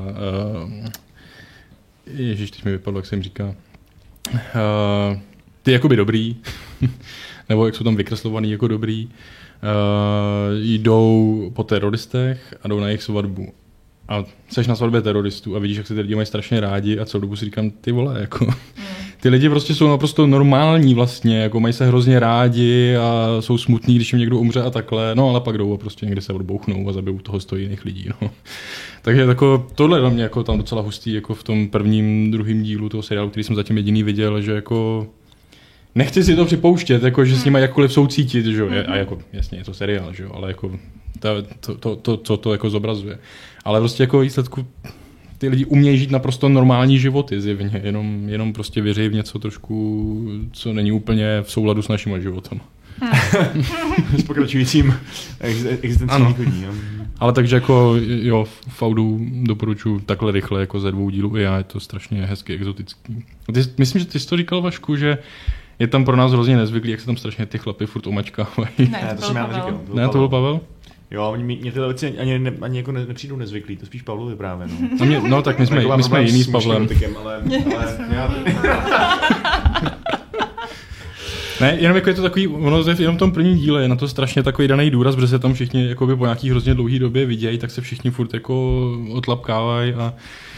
Ježíš, teď mi vypadlo, jak se jim říká. Ty jakoby dobrý, nebo jak jsou tam vykreslovaný jako dobrý, jdou po teroristech a jdou na jejich svatbu. A seš na svatbě teroristů a vidíš, jak se ty lidi mají strašně rádi a celou dobu si říkám, ty vole, jako... Ty lidi prostě jsou naprosto normální vlastně, jako mají se hrozně rádi a jsou smutní, když jim někdo umře a takhle, no ale pak jdou a prostě někde se odbouchnou a zabijou toho 100 jiných lidí, no. Takže tako, tohle je na mě jako tam docela hustý, jako v tom prvním, druhém dílu toho seriálu, který jsem zatím jediný viděl, že jako... Nechci si to připouštět, jako, že s nimi jakkoliv soucítit, že jo, a jako, jasně, je to seriál, že jo, ale jako to jako zobrazuje. Ale prostě jako výsledku ty lidi umějí žít naprosto normální životy zjevně, jenom prostě věří v něco trošku, co není úplně v souladu s našimi životem. S pokračujícím existenčním chodí. Ale takže jako jo, Faudu doporučuji takhle rychle jako ze 2 dílů i já, je to strašně hezky, exotický. Myslím, že ty jsi to říkal, Vašku, že je tam pro nás hrozně nezvyklý, jak se tam strašně ty chlapy furt omačkávají. Ne, to jsem já neříkal. Ne, to byl Pavel? Jo, mě tyhle věci ani jako nepřijdou nezvyklý, to spíš Pavlovi právě. No tak my jsme jiný s Pavlem. Ale Ne, jenom jako je to takový, ono jenom v tom prvním díle je na to strašně takový daný důraz, protože se tam všichni jakoby po nějaký hrozně dlouhý době vidějí, tak se všichni furt jako otlapkávají a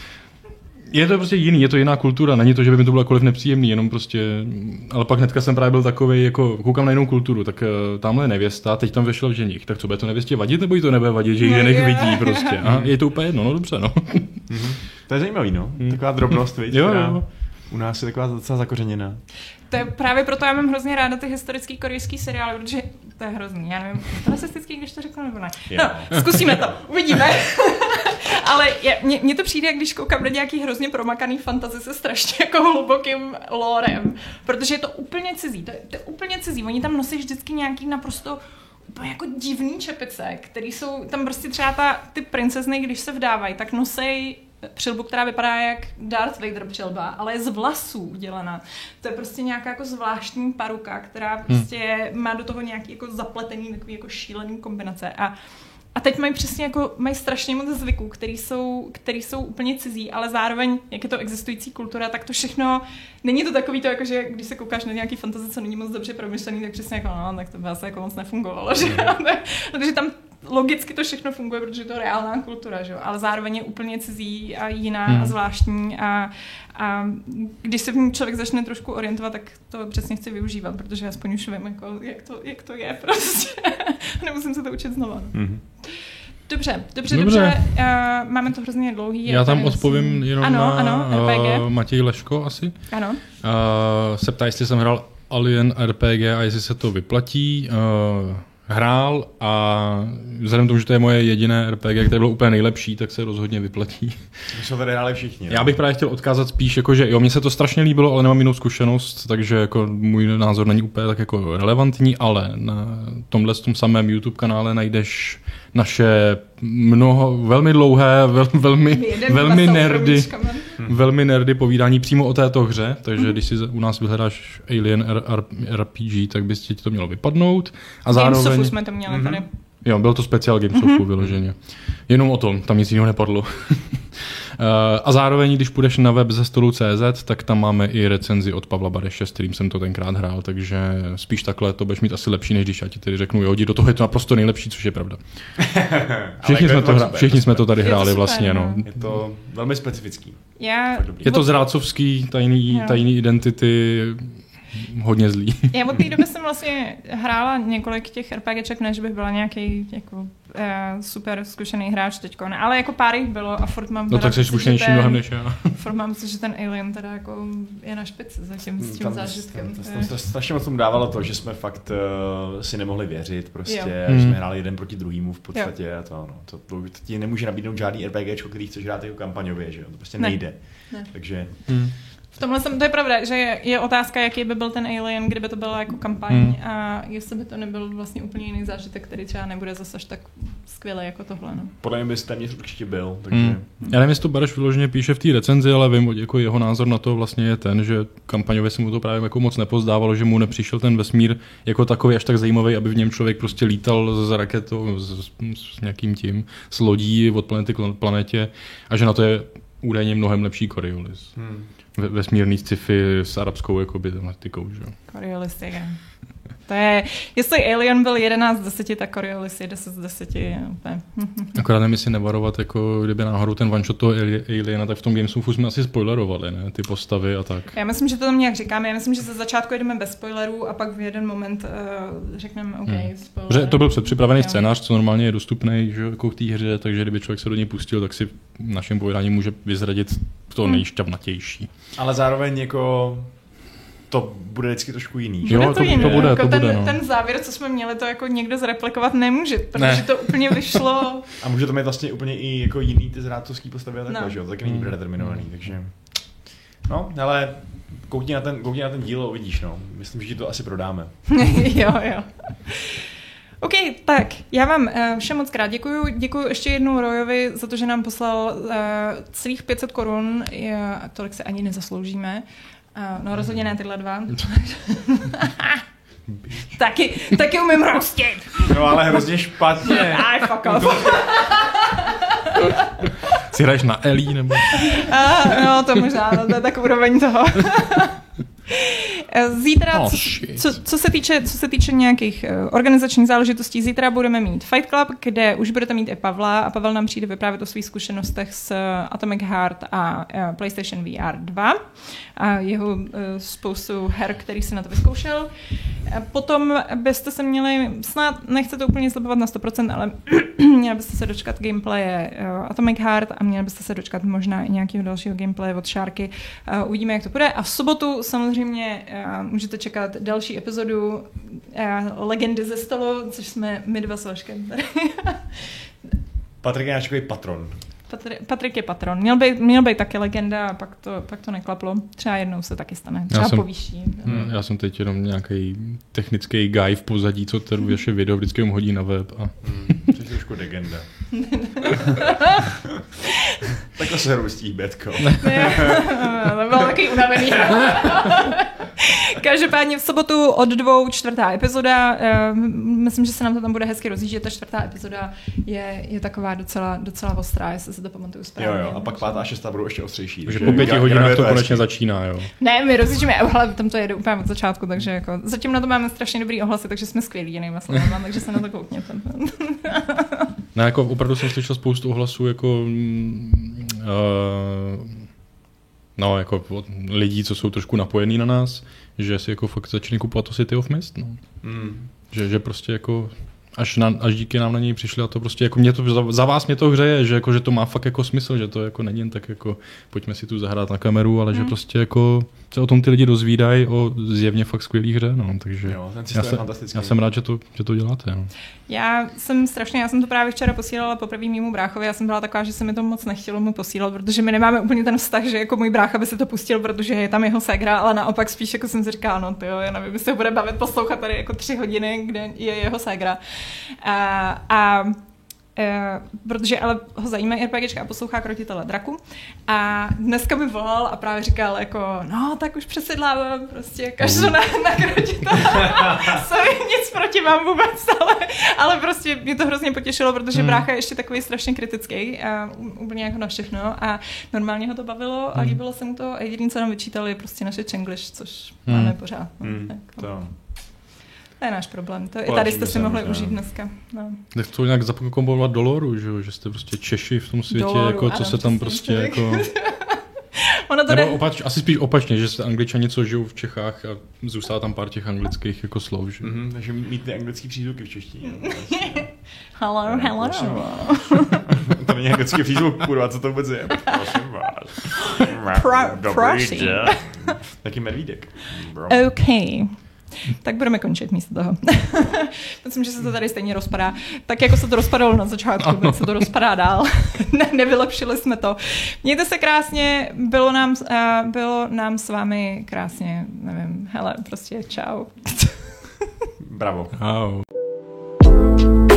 je to prostě jiný, je to jiná kultura, není to, že by mi to bylo jakkoliv nepříjemný, jenom prostě, ale pak hnedka jsem právě byl takovej, jako koukám na jinou kulturu, tak tamhle je nevěsta, teď tam vešel ženich, tak co bude to nevěstě vadit, nebo jí to nebude vadit, že jí ženich vidí prostě, a je to úplně jedno, no dobře, no. To je zajímavý, no, taková drobnost, viď, která u nás je taková docela zakořeněná. To je právě proto, já mám hrozně ráda ty historický korejský seriály, protože to je hrozný, já nevím, je to rasistický, když to řeknu, nebo ne. No, zkusíme to, uvidíme. Ale mně to přijde, když koukám na nějaký hrozně promakaný fantasy se strašně jako hlubokým lorem, protože je to úplně cizí, to je úplně cizí. Oni tam nosí vždycky nějaký naprosto úplně jako divný čepice, který jsou, tam prostě třeba ty princezny, když se vdávají, tak nosej přilbu, která vypadá jak Darth Vader přilba, ale je z vlasů udělaná. To je prostě nějaká jako zvláštní paruka, která prostě má do toho nějaký jako zapletený, takový jako šílený kombinace. A teď mají přesně jako, mají strašně moc zvyků, který jsou úplně cizí, ale zároveň, jak je to existující kultura, tak to všechno, není to takový to, jako, že když se koukáš na nějaký fantasy, co není moc dobře promyšlený, tak přesně jako, no, tak to by asi jako moc nefungovalo, že? Protože tam logicky to všechno funguje, protože to je reálná kultura, že? Ale zároveň je úplně cizí a jiná a zvláštní a když se v ní člověk začne trošku orientovat, tak to přesně chci využívat, protože aspoň už vím, jako, jak to je prostě. Nemusím se to učit znova. Dobře. Máme to hrozně dlouhý. Já tam odpovím jenom na RPG. Matěj Leško asi. Ano. Se ptá, jestli jsem hrál Alien RPG a jestli se to vyplatí. Hrál a vzhledem k tomu, že to je moje jediné RPG, které bylo úplně nejlepší, tak se rozhodně vyplatí. My jsme tady hráli všichni. Já bych právě chtěl odkázat spíš, jako, že jo, mně se to strašně líbilo, ale nemám jinou zkušenost, takže jako můj názor není úplně tak jako relevantní, ale na tomhle tom samém YouTube kanále najdeš naše velmi dlouhé, velmi nerdy povídání přímo o této hře, takže když si u nás vyhledáš Alien RPG, tak by ti to mělo vypadnout. A zároveň Gamesofu jsme to měli tady. Jo, byl to speciál Gamesofu vyloženě. Jenom o tom, tam nic jiného nepadlo. A zároveň, když půjdeš na web ze stolu.cz, tak tam máme i recenzi od Pavla Bareše, s kterým jsem to tenkrát hrál, takže spíš takhle to budeš mít asi lepší, než když já ti tedy řeknu, jo, jdi do toho, je to naprosto nejlepší, což je pravda. Všichni jsme to tady hráli vlastně, no. Je to velmi specifický. Je to zrácovský, tajný identity, hodně zlý. Já od té doby jsem vlastně hrála několik těch RPGček, než bych byla nějaký jako super zkušený hráč teďko, ne, ale jako pár jich bylo a furt mám... No tak jsi zkušenější mnohem než já. Furt mám si, že ten Alien teda jako je na špici zatím s tím zážitkem. Tam strašně moc tomu dávalo to, že jsme fakt si nemohli věřit prostě, že jsme hráli jeden proti druhému v podstatě a to ti nemůže nabídnout žádný RPGčko, který chceš hrát jako kampaňově, že jo, to prostě nejde. Ne. Takže... V tomhle to je pravda, že je otázka, jaký by byl ten Alien, kdyby to byla jako kampaň a jestli by to nebyl vlastně úplně jiný zážitek, který třeba nebude zase až tak skvělý jako tohle. No. Podle mě bys téměř určitě byl. Takže... Já nevím, jestli to Bareš vyloženě píše v té recenzi, ale vím, jako jeho názor na to vlastně je ten, že kampaňově se mu to právě jako moc nepozdávalo, že mu nepřišel ten vesmír jako takový až tak zajímavý, aby v něm člověk prostě lítal z raketou, s nějakým tím, s lodí od planety k planetě a že na to je údajně mnohem lepší Coriolis. Vesmírný sci-fi s arabskou jakoby tematikou, že jo. Coriolis je. To je, jestli Alien byl 11 z 10, tak Coriolis je 10 z 10. Akorát nevím, jestli nevarovat, jako kdyby náhodou ten one shot toho Aliena, tak v tom Gamesofu jsme asi spoilerovali, ne? Ty postavy a tak. Já myslím, že to tam nějak říkáme. Já myslím, že ze začátku jdeme bez spoilerů a pak v jeden moment řekneme OK, spoiler. To byl předpřipravený scénář, co normálně je dostupný, že jako k té hře, takže kdyby člověk se do něj pustil, tak si v našem povídání může vyzradit to nejšťavnatější. Ale zároveň jako to bude vždycky trošku jiný. Jo, to bude, jako to bude. Ten závěr, co jsme měli, to jako někdo zreplikovat nemůže, protože to úplně vyšlo. A může to mít vlastně úplně i jako jiný ty zrádcovský postavy a takhle, že jo? To taky není predeterminovaný, takže... No, ale koukni na ten díl a uvidíš, no. Myslím, že ti to asi prodáme. Jo. OK, tak já vám všem moc krát děkuju. Děkuju ještě jednou Royovi za to, že nám poslal celých 500 korun. Tolik se ani nezasloužíme. No rozhodně ne tyhle dva. taky umím rostit. No ale hrozně špatně. Fuck off. Si hraješ na Ellie nebo? No to možná, to je tak úroveň toho. Zítra, co se týče nějakých organizačních záležitostí, zítra budeme mít Fight Club, kde už budete mít i Pavla a Pavel nám přijde vyprávět o svých zkušenostech s Atomic Heart a PlayStation VR 2 a jeho spoustu her, který si na to vyzkoušel. Potom byste se měli, snad nechce to úplně sledovat na 100%, ale měli byste se dočkat gameplaye Atomic Heart a měli byste se dočkat možná i nějakého dalšího gameplaye od Sharky. Uvidíme, jak to bude. A v sobotu samozřejmě můžete čekat další epizodu Legendy ze stolu, což jsme my dva s Vaškem. Patrik je náš takový patron. Patrik je patron. Měl být taky legenda a pak to neklaplo. Třeba jednou se taky stane. Třeba povýší. Já jsem teď jenom nějaký technický guy v pozadí, co tady vaše video vždycky hodí na web. To je trošku legenda. Takhle se hrustí, Betko. To bylo takový unavený. Každopádně v sobotu od 2 čtvrtá epizoda. Myslím, že se nám to tam bude hezky rozjíždět. Ta čtvrtá epizoda je taková docela ostrá, jestli se to pamatuju správně. Jo, a pak 5. a 6. budou ještě ostřejší. Takže po 5 hodinách to konečně začíná, jo. Ne, my rozjíždíme, ale tam to jede úplně od začátku, takže jako zatím na to máme strašně dobrý ohlasy, takže jsme skvělí jinýma slovama, takže se na to koukněte. Ne, jako opravdu jsem slyšel spoustu ohlasů jako jako od lidí, co jsou trošku napojení na nás, že si jako fakt začali kupovat to City of Mist, no. Že prostě jako až díky nám na něj přišli a to prostě jako mě to, za vás mě to hřeje, že jako, že to má fakt jako smysl, že to jako není jen tak jako pojďme si tu zahrát na kameru, ale že prostě jako se o tom ty lidi dozvídají o zjevně fakt skvělý hře, no, takže jo, já jsem rád, že to děláte, no. Já jsem to právě včera posílala poprvé mému bráchovi, já jsem byla taková, že se mi to moc nechtělo mu posílat, protože my nemáme úplně ten vztah, že jako můj brácha by se to pustil, protože je tam jeho ségra, ale naopak spíš jako jsem si říkala, no tyjo, já nevím, jestli bude bavit poslouchat tady jako 3 hodiny, kde je jeho ségra. Protože ale ho zajímají RPGčka a poslouchá Krotitele draku. A dneska mi volal a právě říkal jako, no tak už přesedlávám, prostě kažu na Krotitele. Sorry, nic proti vám vůbec, ale prostě mě to hrozně potěšilo, protože brácha je ještě takový strašně kritický a úplně jako na všechno a normálně ho to bavilo a líbilo se mu to a jediný, co nám vyčítali, je prostě naše Chenglish, což máme pořád. To je náš problém. To i tady jste si mohli užít dneska. No. Tak to nějak zakombinovat do loru, že jste prostě Češi v tom světě, loru, jako co ano, se tam prostě jako... Nebo asi spíš opačně, že jste Angličani, co žijou v Čechách a zůstává tam pár těch anglických jako slov. Že? Takže mít ty anglický přízvuky v češtině. Hello. To není anglický přízvuk, kurva, co to vůbec je? Prosím vás. Dobrý den. Taky medvídek. OK. Tak budeme končit místo toho. Myslím, že se to tady stejně rozpadá. Tak jako se to rozpadalo na začátku, tak se to rozpadá dál. Nevylepšili jsme to. Mějte se krásně, bylo nám s vámi krásně, nevím, hele, prostě čau. Bravo. Ahoj.